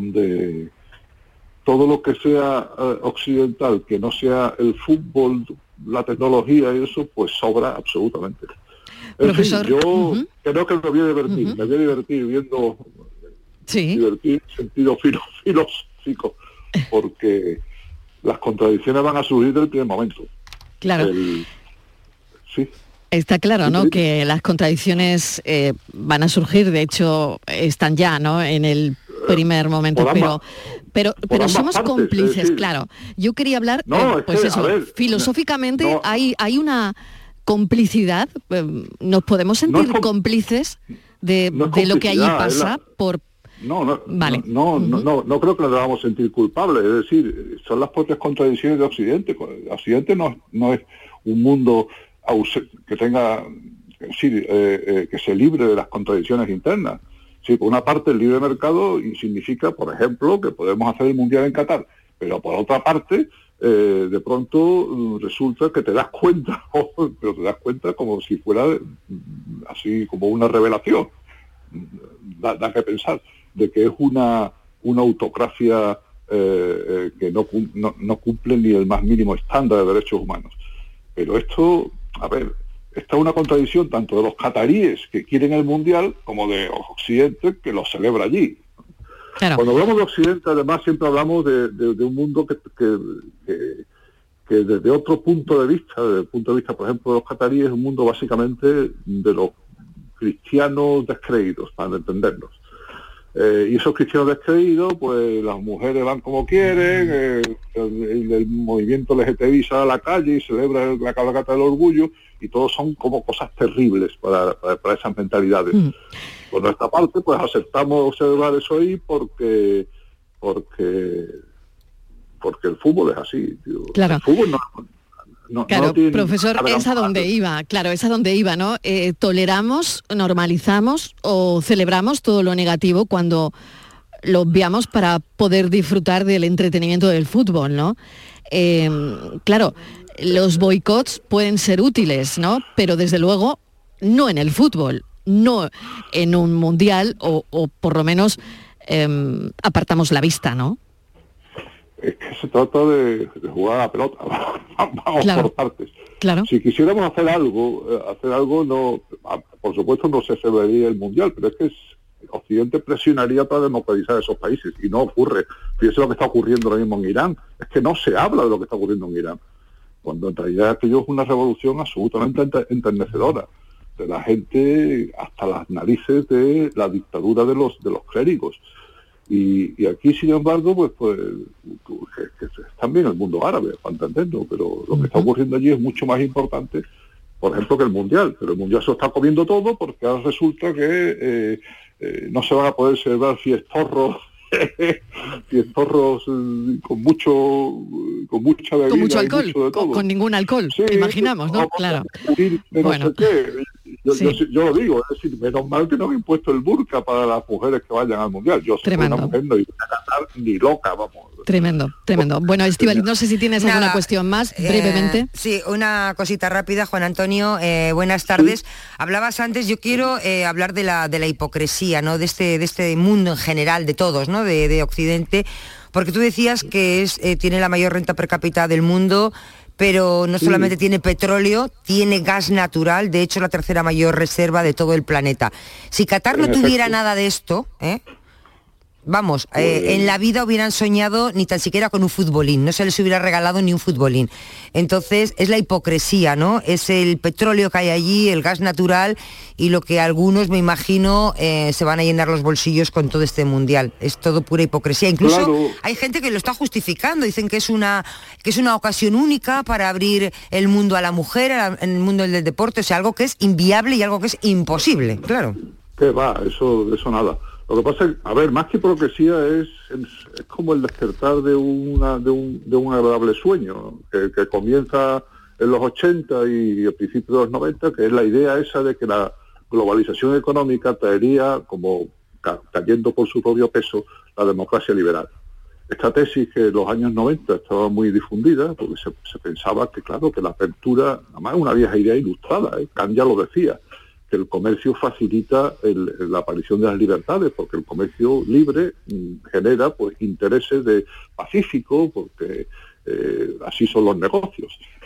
donde todo lo que sea occidental, que no sea el fútbol la tecnología y eso, pues sobra absolutamente. En Profesor, fin, yo creo que me voy a divertir viendo, divertir en sentido filosófico, porque las contradicciones van a surgir del primer momento. Claro. Sí. Está claro, ¿no?, que las contradicciones van a surgir, de hecho están ya, ¿no?, en el primer momento, pero somos partes, cómplices, claro. Yo quería hablar, filosóficamente hay una complicidad, nos podemos sentir cómplices de lo que allí pasa por... No creo que nos debamos sentir culpables, es decir, son las propias contradicciones de Occidente. Occidente no es un mundo que tenga, que se libre de las contradicciones internas. Sí, por una parte el libre mercado significa, por ejemplo, que podemos hacer el Mundial en Qatar, pero por otra parte, de pronto resulta que te das cuenta, pero te das cuenta como si fuera así como una revelación, da que pensar, de que es una autocracia que no cumple ni el más mínimo estándar de derechos humanos. Pero esto, esta es una contradicción tanto de los cataríes que quieren el Mundial como de Occidente que lo celebra allí. Claro. Cuando hablamos de Occidente, además, siempre hablamos de un mundo que desde otro punto de vista, desde el punto de vista, por ejemplo, de los cataríes, es un mundo básicamente de los cristianos descreídos, para entendernos. Y esos cristianos descreídos, pues las mujeres van como quieren, el movimiento LGTBI sale a la calle y celebra la cabalgata del orgullo, y todos son como cosas terribles para esas mentalidades. Por nuestra parte, pues aceptamos observar eso ahí porque el fútbol es así, tío. Claro. El fútbol claro, no tiene, profesor, es a donde iba, ¿no? ¿Toleramos, normalizamos o celebramos todo lo negativo cuando lo obviamos para poder disfrutar del entretenimiento del fútbol, ¿no? Claro, los boicots pueden ser útiles, ¿no? Pero desde luego no en el fútbol, no en un mundial o por lo menos apartamos la vista, ¿no? Es que se trata de jugar a la pelota, vamos por partes. Claro. Si quisiéramos hacer algo no, por supuesto no se celebraría el Mundial, pero es que Occidente presionaría para democratizar esos países y no ocurre. Fíjese lo que está ocurriendo ahora mismo en Irán, es que no se habla de lo que está ocurriendo en Irán, cuando en realidad aquello es una revolución absolutamente enternecedora, de la gente hasta las narices de la dictadura de los clérigos. Y aquí, sin embargo, pues que es también el mundo árabe, para entenderlo, pero lo que está ocurriendo allí es mucho más importante, por ejemplo, que el Mundial. Pero el Mundial se lo está comiendo todo porque ahora resulta que no se van a poder celebrar fiestorros con mucha bebida, con mucho alcohol, mucho de todo. Con ningún alcohol, imaginamos, ¿no? Claro. Bueno. Yo lo digo, es decir, menos mal que no han impuesto el burka para las mujeres que vayan al Mundial. Yo soy una mujer, no iba a cantar ni loca, vamos. Tremendo. Bueno, Estíbaliz, no sé si tienes alguna cuestión más, brevemente. Sí, una cosita rápida, Juan Antonio, buenas tardes. Sí. Hablabas antes, yo quiero hablar de la hipocresía, ¿no? De este mundo en general, de todos, ¿no? De Occidente, porque tú decías que tiene la mayor renta per cápita del mundo, pero no solamente tiene petróleo, tiene gas natural, de hecho la tercera mayor reserva de todo el planeta. Si Qatar no tuviera nada de esto, vamos, en la vida hubieran soñado ni tan siquiera con un futbolín, no se les hubiera regalado ni un futbolín. Entonces es la hipocresía, ¿no? Es el petróleo que hay allí, el gas natural y lo que algunos, me imagino, se van a llenar los bolsillos con todo este mundial. Es todo pura hipocresía. Incluso hay gente que lo está justificando, dicen que es una ocasión única para abrir el mundo a la mujer, en el mundo del deporte, o sea, algo que es inviable y algo que es imposible, claro. ¿Qué va? Eso nada. Lo que pasa es, más que hipocresía es como el despertar de un agradable sueño, que comienza en los 80 y a principios de los 90, que es la idea esa de que la globalización económica traería, como cayendo por su propio peso, la democracia liberal. Esta tesis que en los años 90 estaba muy difundida, porque se pensaba que, claro, que la apertura, además una vieja idea ilustrada, Kant ya lo decía, que el comercio facilita la aparición de las libertades, porque el comercio libre genera pues intereses de pacífico, porque así son los negocios.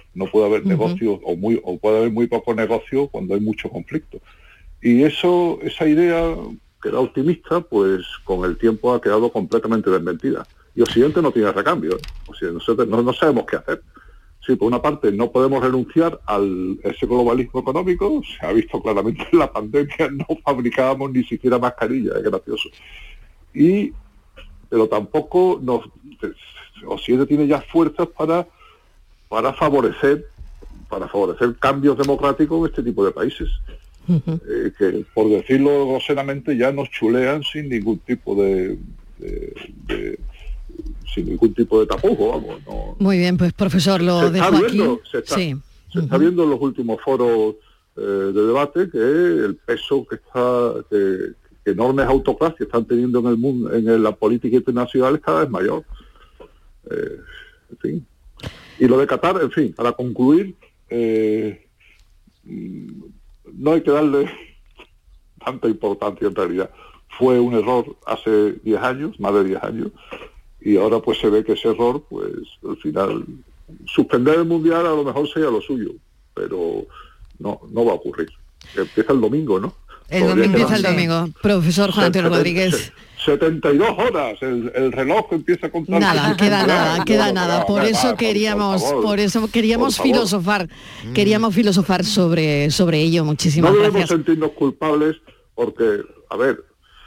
no puede haber negocio o puede haber muy poco negocio cuando hay mucho conflicto. Y esa idea que era optimista, pues con el tiempo ha quedado completamente desmentida. Y Occidente no tiene recambio, ¿eh? O sea, nosotros no sabemos qué hacer. Sí, por una parte no podemos renunciar a ese globalismo económico, se ha visto claramente en la pandemia, no fabricábamos ni siquiera mascarillas, es gracioso. Pero tampoco Occidente tiene ya fuerzas para favorecer cambios democráticos en este tipo de países. Que, por decirlo groseramente, ya nos chulean sin ningún tipo de tapujo, vamos. No. Muy bien, pues profesor, lo dejo aquí. Se está viendo en los últimos foros de debate que el peso que enormes autocracias están teniendo en el mundo, en la política internacional, es cada vez mayor. En fin. Y lo de Qatar, en fin, para concluir, no hay que darle tanta importancia en realidad. Fue un error hace 10 años, más de 10 años, y ahora pues se ve que ese error, pues al final, suspender el Mundial a lo mejor sería lo suyo, pero no va a ocurrir. Empieza el domingo, ¿no? Empieza el domingo. Profesor Juan Antonio Rodríguez. 72 horas, el reloj empieza a contar. Queda nada. Por eso queríamos filosofar. Queríamos filosofar sobre ello. Muchísimas gracias. No debemos sentirnos culpables porque, a ver,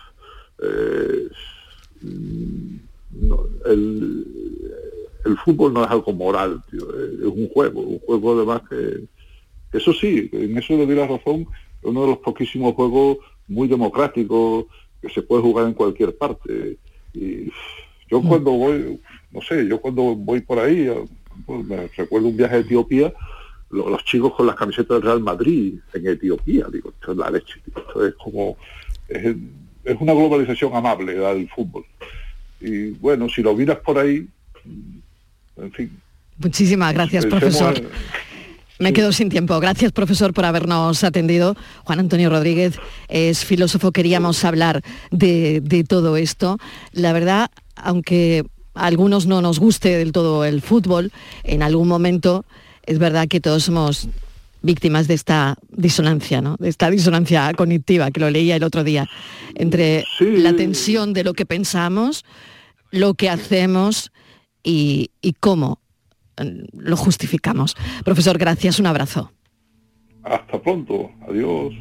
el fútbol no es algo moral, tío, es un juego además que eso sí, en eso le doy la razón, es uno de los poquísimos juegos muy democráticos que se puede jugar en cualquier parte. Y yo cuando voy por ahí, pues me recuerdo un viaje a Etiopía, los chicos con las camisetas del Real Madrid en Etiopía, digo, esto es la leche, tío, esto es como es una globalización amable del fútbol. Y bueno, si lo miras por ahí, en fin. Muchísimas gracias, profesor. Me quedo sin tiempo. Gracias, profesor, por habernos atendido. Juan Antonio Rodríguez es filósofo. Queríamos hablar de todo esto. La verdad, aunque a algunos no nos guste del todo el fútbol, en algún momento es verdad que todos somos víctimas de esta disonancia, ¿no? De esta disonancia cognitiva, que lo leía el otro día, entre la tensión de lo que pensamos, lo que hacemos y cómo lo justificamos. Profesor, gracias, un abrazo. Hasta pronto, adiós.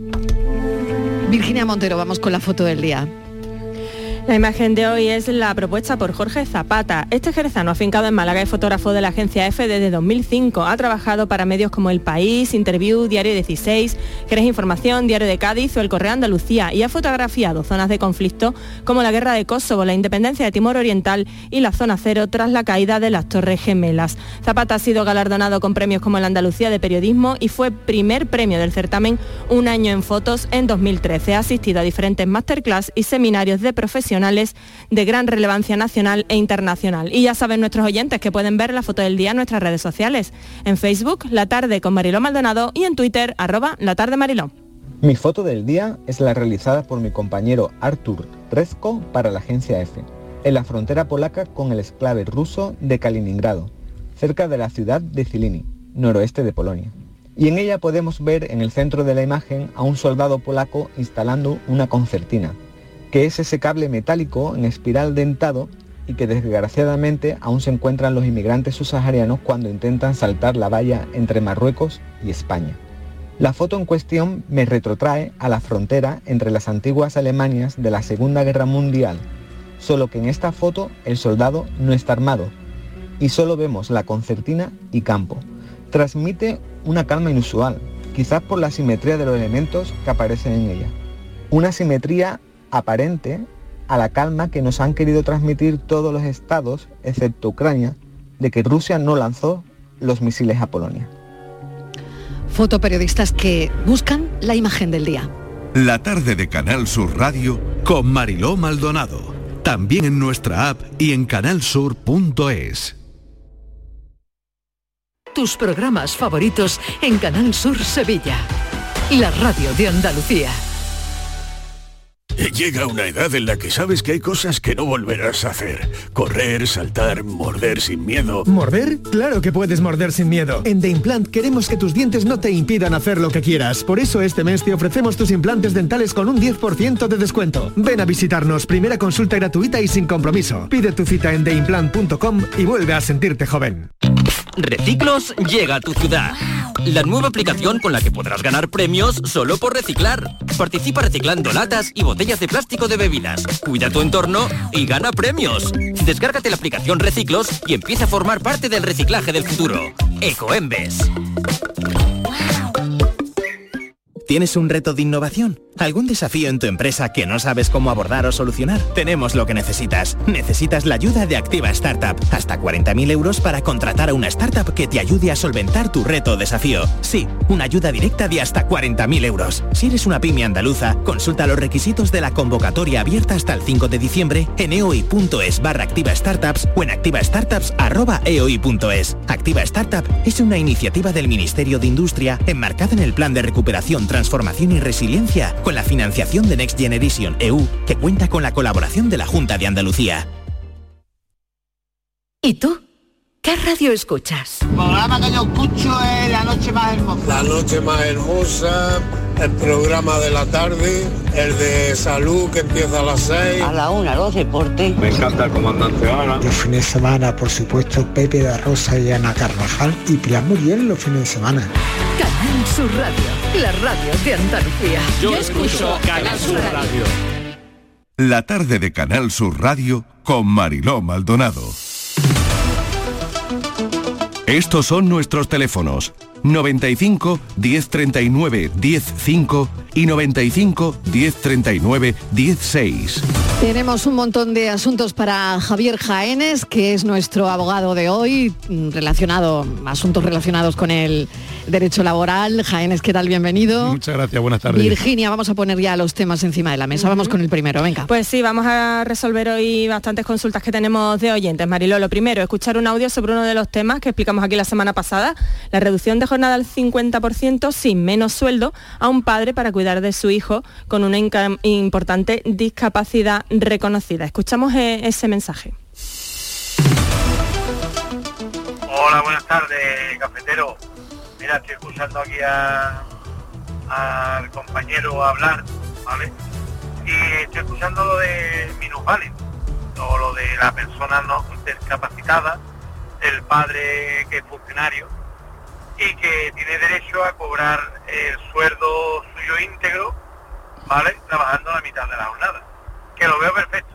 Virginia Montero, vamos con la foto del día. La imagen de hoy es la propuesta por Jorge Zapata. Este jerezano, afincado en Málaga, es fotógrafo de la agencia EFE desde 2005. Ha trabajado para medios como El País, Interview, Diario 16, Jerez Información, Diario de Cádiz o El Correo Andalucía, y ha fotografiado zonas de conflicto como la guerra de Kosovo, la independencia de Timor Oriental y la zona cero tras la caída de las Torres Gemelas. Zapata ha sido galardonado con premios como la Andalucía de Periodismo y fue primer premio del certamen Un año en fotos en 2013. Ha asistido a diferentes masterclass y seminarios de profesionales de gran relevancia nacional e internacional. Y ya saben nuestros oyentes que pueden ver la foto del día en nuestras redes sociales. En Facebook, La Tarde con Mariló Maldonado, y en Twitter, @LaTardeMariló. Mi foto del día es la realizada por mi compañero Artur Rezko para la agencia EFE, en la frontera polaca con el exclave ruso de Kaliningrado, cerca de la ciudad de Zilini, noroeste de Polonia. Y en ella podemos ver en el centro de la imagen a un soldado polaco instalando una concertina, que es ese cable metálico en espiral dentado y que desgraciadamente aún se encuentran los inmigrantes subsaharianos cuando intentan saltar la valla entre Marruecos y España. La foto en cuestión me retrotrae a la frontera entre las antiguas Alemanias de la Segunda Guerra Mundial, solo que en esta foto el soldado no está armado y solo vemos la concertina y campo. Transmite una calma inusual, quizás por la simetría de los elementos que aparecen en ella. Una simetría aparente a la calma que nos han querido transmitir todos los estados, excepto Ucrania, de que Rusia no lanzó los misiles a Polonia. Fotoperiodistas que buscan la imagen del día. La tarde de Canal Sur Radio con Mariló Maldonado. También en nuestra app y en canalsur.es. Tus programas favoritos en Canal Sur Sevilla. La radio de Andalucía. Llega una edad en la que sabes que hay cosas que no volverás a hacer. Correr, saltar, morder sin miedo. ¿Morder? Claro que puedes morder sin miedo. En The Implant queremos que tus dientes no te impidan hacer lo que quieras. Por eso este mes te ofrecemos tus implantes dentales con un 10% de descuento. Ven a visitarnos, primera consulta gratuita y sin compromiso. Pide tu cita en theimplant.com y vuelve a sentirte joven. Reciclos llega a tu ciudad. La nueva aplicación con la que podrás ganar premios solo por reciclar. Participa reciclando latas y botellas de plástico de bebidas. Cuida tu entorno y gana premios. Descárgate la aplicación Reciclos y empieza a formar parte del reciclaje del futuro. Ecoembes. ¿Tienes un reto de innovación? ¿Algún desafío en tu empresa que no sabes cómo abordar o solucionar? Tenemos lo que necesitas. Necesitas la ayuda de Activa Startup. Hasta 40.000 euros para contratar a una startup que te ayude a solventar tu reto o desafío. Sí, una ayuda directa de hasta 40.000 euros. Si eres una pyme andaluza, consulta los requisitos de la convocatoria abierta hasta el 5 de diciembre en eoi.es/Activa Startups o en activastartups@eoi.es. Activa Startup es una iniciativa del Ministerio de Industria enmarcada en el Plan de Recuperación, Transformación y Resiliencia, con la financiación de Next Generation EU, que cuenta con la colaboración de la Junta de Andalucía. ¿Y tú? ¿Qué radio escuchas? El programa que yo escucho es La Noche Más Hermosa. La Noche Más Hermosa, el programa de la tarde, el de salud que empieza a las 6. A la 1, los deportes. Me encanta el comandante Ana. Los fines de semana, por supuesto, Pepe da Rosa y Ana Carvajal y Pilar Muriel los fines de semana. Canal Sur Radio, la radio de Andalucía. Yo escucho Canal Sur Radio. La tarde de Canal Sur Radio con Mariló Maldonado. Estos son nuestros teléfonos: 95 1039 105 y 95 1039 16. Tenemos un montón de asuntos para Javier Jaénes, que es nuestro abogado de hoy, asuntos relacionados con el derecho laboral. Jaénes, ¿qué tal? Bienvenido. Muchas gracias, buenas tardes. Virginia, vamos a poner ya los temas encima de la mesa. Vamos con el primero, venga. Pues sí, vamos a resolver hoy bastantes consultas que tenemos de oyentes. Mariló, lo primero, escuchar un audio sobre uno de los temas que explicamos aquí la semana pasada, la reducción de jornada al 50% sin menos sueldo a un padre para cuidar de su hijo con una importante discapacidad reconocida. Escuchamos ese mensaje. Hola, buenas tardes, cafetero. Mira, estoy escuchando aquí al compañero hablar, ¿vale? Y estoy escuchando lo de minusválido, o lo de la persona no discapacitada, el padre que es funcionario y que tiene derecho a cobrar el sueldo suyo íntegro, ¿vale? Trabajando la mitad de la jornada. Que lo veo perfecto,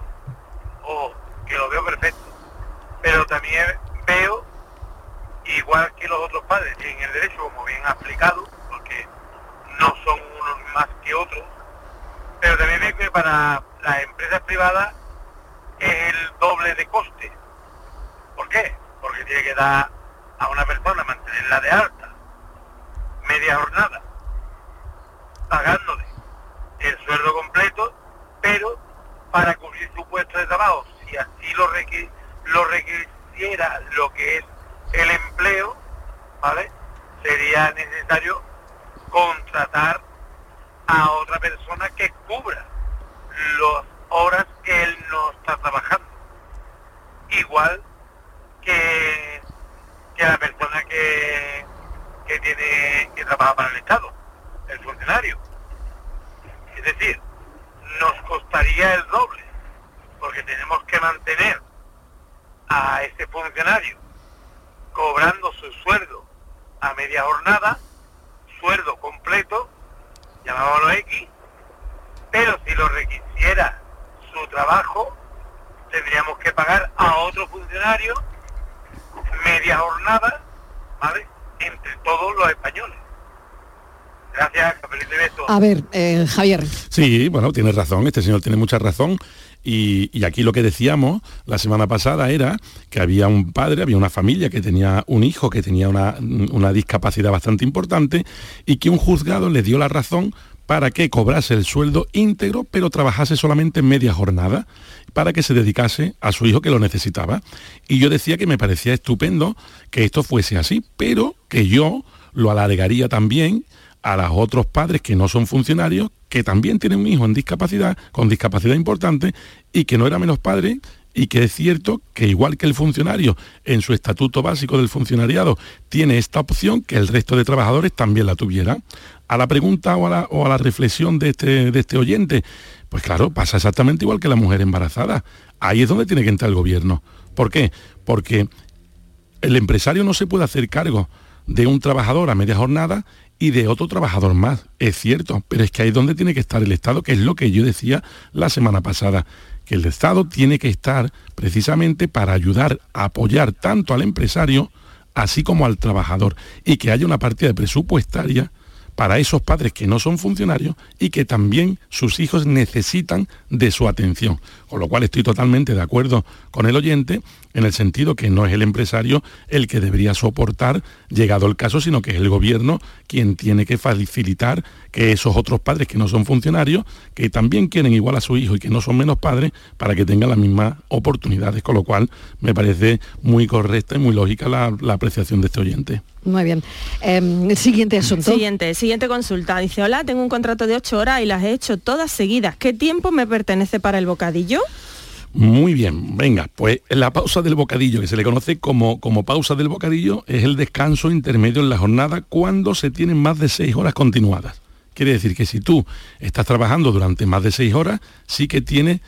pero también veo, igual que los otros padres tienen el derecho, como bien ha explicado, porque no son unos más que otros, pero también veo que para las empresas privadas es el doble de coste. ¿Por qué? Porque tiene que dar a una persona, mantenerla de alta, media jornada, pagándole el sueldo completo, pero para cubrir su puesto de trabajo, si así lo requiriera lo que es el empleo, ¿vale? Sería necesario contratar a otra persona que cubra las horas que él no está trabajando. Igual que la persona que trabaja para el Estado, el funcionario. Es decir, nos costaría el doble, porque tenemos que mantener a ese funcionario cobrando su sueldo a media jornada, sueldo completo, llamámoslo X, pero si lo requisiera su trabajo, tendríamos que pagar a otro funcionario media jornada, ¿vale? Entre todos los españoles. Gracias, cafelito y beso. A ver, Javier. Sí, bueno, tienes razón, este señor tiene mucha razón. Y aquí lo que decíamos la semana pasada era que había un padre, había una familia que tenía un hijo que tenía una discapacidad bastante importante y que un juzgado le dio la razón para que cobrase el sueldo íntegro, pero trabajase solamente en media jornada, para que se dedicase a su hijo que lo necesitaba. Y yo decía que me parecía estupendo que esto fuese así, pero que yo lo alargaría también a los otros padres que no son funcionarios, que también tienen un hijo con discapacidad importante y que no era menos padre, y que es cierto que igual que el funcionario en su estatuto básico del funcionariado tiene esta opción, que el resto de trabajadores también la tuvieran. A la pregunta o a la reflexión de este oyente, pues claro, pasa exactamente igual que la mujer embarazada. Ahí es donde tiene que entrar el gobierno. ¿Por qué? Porque el empresario no se puede hacer cargo de un trabajador a media jornada y de otro trabajador más, es cierto, pero es que ahí es donde tiene que estar el Estado, que es lo que yo decía la semana pasada, que el Estado tiene que estar precisamente para ayudar a apoyar tanto al empresario así como al trabajador, y que haya una partida presupuestaria para esos padres que no son funcionarios y que también sus hijos necesitan de su atención. Con lo cual estoy totalmente de acuerdo con el oyente en el sentido que no es el empresario el que debería soportar, llegado el caso, sino que es el gobierno quien tiene que facilitar que esos otros padres que no son funcionarios, que también quieren igual a su hijo y que no son menos padres, para que tengan las mismas oportunidades. Con lo cual me parece muy correcta y muy lógica la apreciación de este oyente. Muy bien. Siguiente asunto. Siguiente consulta. Dice, hola, tengo un contrato de 8 horas y las he hecho todas seguidas. ¿Qué tiempo me pertenece para el bocadillo? Muy bien, venga, pues la pausa del bocadillo, que se le conoce como pausa del bocadillo, es el descanso intermedio en la jornada cuando se tienen más de 6 horas continuadas. Quiere decir que si tú estás trabajando durante más de 6 horas, sí que tienes,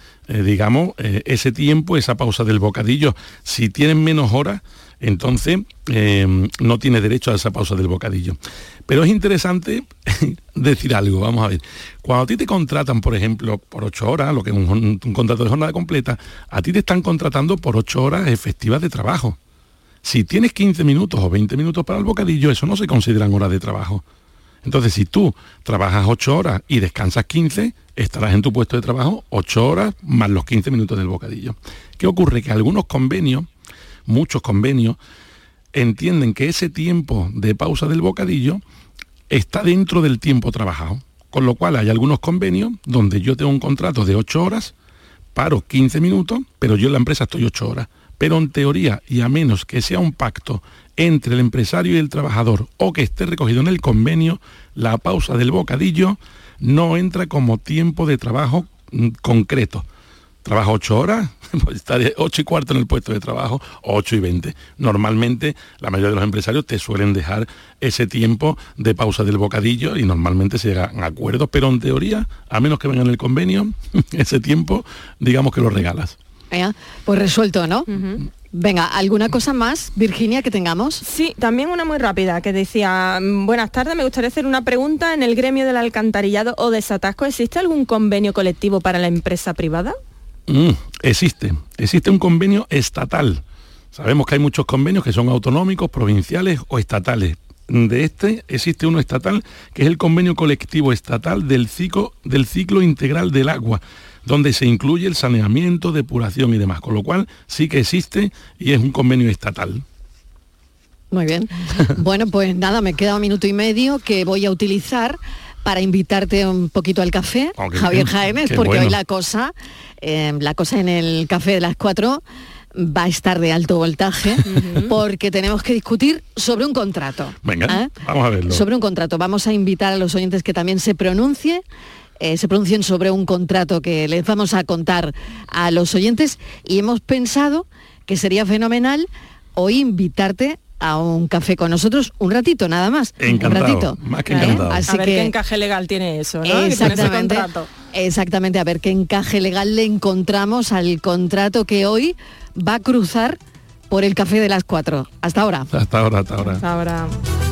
ese tiempo, esa pausa del bocadillo. Si tienes menos horas, entonces no tienes derecho a esa pausa del bocadillo. Pero es interesante decir algo, vamos a ver. Cuando a ti te contratan, por ejemplo, por 8 horas, lo que es un contrato de jornada completa, a ti te están contratando por 8 horas efectivas de trabajo. Si tienes 15 minutos o 20 minutos para el bocadillo, eso no se consideran horas de trabajo. Entonces, si tú trabajas 8 horas y descansas 15, estarás en tu puesto de trabajo 8 horas más los 15 minutos del bocadillo. ¿Qué ocurre? Que algunos convenios, muchos convenios, entienden que ese tiempo de pausa del bocadillo está dentro del tiempo trabajado. Con lo cual hay algunos convenios donde yo tengo un contrato de 8 horas, paro 15 minutos, pero yo en la empresa estoy 8 horas. Pero en teoría, y a menos que sea un pacto entre el empresario y el trabajador o que esté recogido en el convenio, la pausa del bocadillo no entra como tiempo de trabajo concreto. Trabajo 8 horas, pues estaré 8:15 en el puesto de trabajo, 8:20. Normalmente la mayoría de los empresarios te suelen dejar ese tiempo de pausa del bocadillo y normalmente se llegan a acuerdos, pero en teoría, a menos que venga en el convenio, ese tiempo, digamos que lo regalas. Pues resuelto, ¿no? Uh-huh. Venga, ¿alguna cosa más, Virginia, que tengamos? Sí, también una muy rápida, que decía, buenas tardes, me gustaría hacer una pregunta. ¿En el gremio del alcantarillado o desatasco existe algún convenio colectivo para la empresa privada? Existe un convenio estatal. Sabemos que hay muchos convenios que son autonómicos, provinciales o estatales. De este existe uno estatal, que es el convenio colectivo estatal del ciclo integral del agua, donde se incluye el saneamiento, depuración y demás, con lo cual sí que existe y es un convenio estatal. Muy bien. Bueno, pues nada, me queda 1 minuto y medio que voy a utilizar para invitarte un poquito al café, Javier Jaénes, porque bueno, hoy la cosa en el café de las 4 va a estar de alto voltaje, porque tenemos que discutir sobre un contrato. Venga, vamos a verlo. Sobre un contrato. Vamos a invitar a los oyentes que también se pronuncien sobre un contrato que les vamos a contar a los oyentes, y hemos pensado que sería fenomenal hoy invitarte a un café con nosotros un ratito, nada más. Encantado, un ratito. Más que encantado. Así a ver qué encaje legal tiene eso, ¿no? Exactamente, a ver qué encaje legal le encontramos al contrato que hoy va a cruzar por el café de las 4. Hasta ahora. Hasta ahora. Hasta ahora.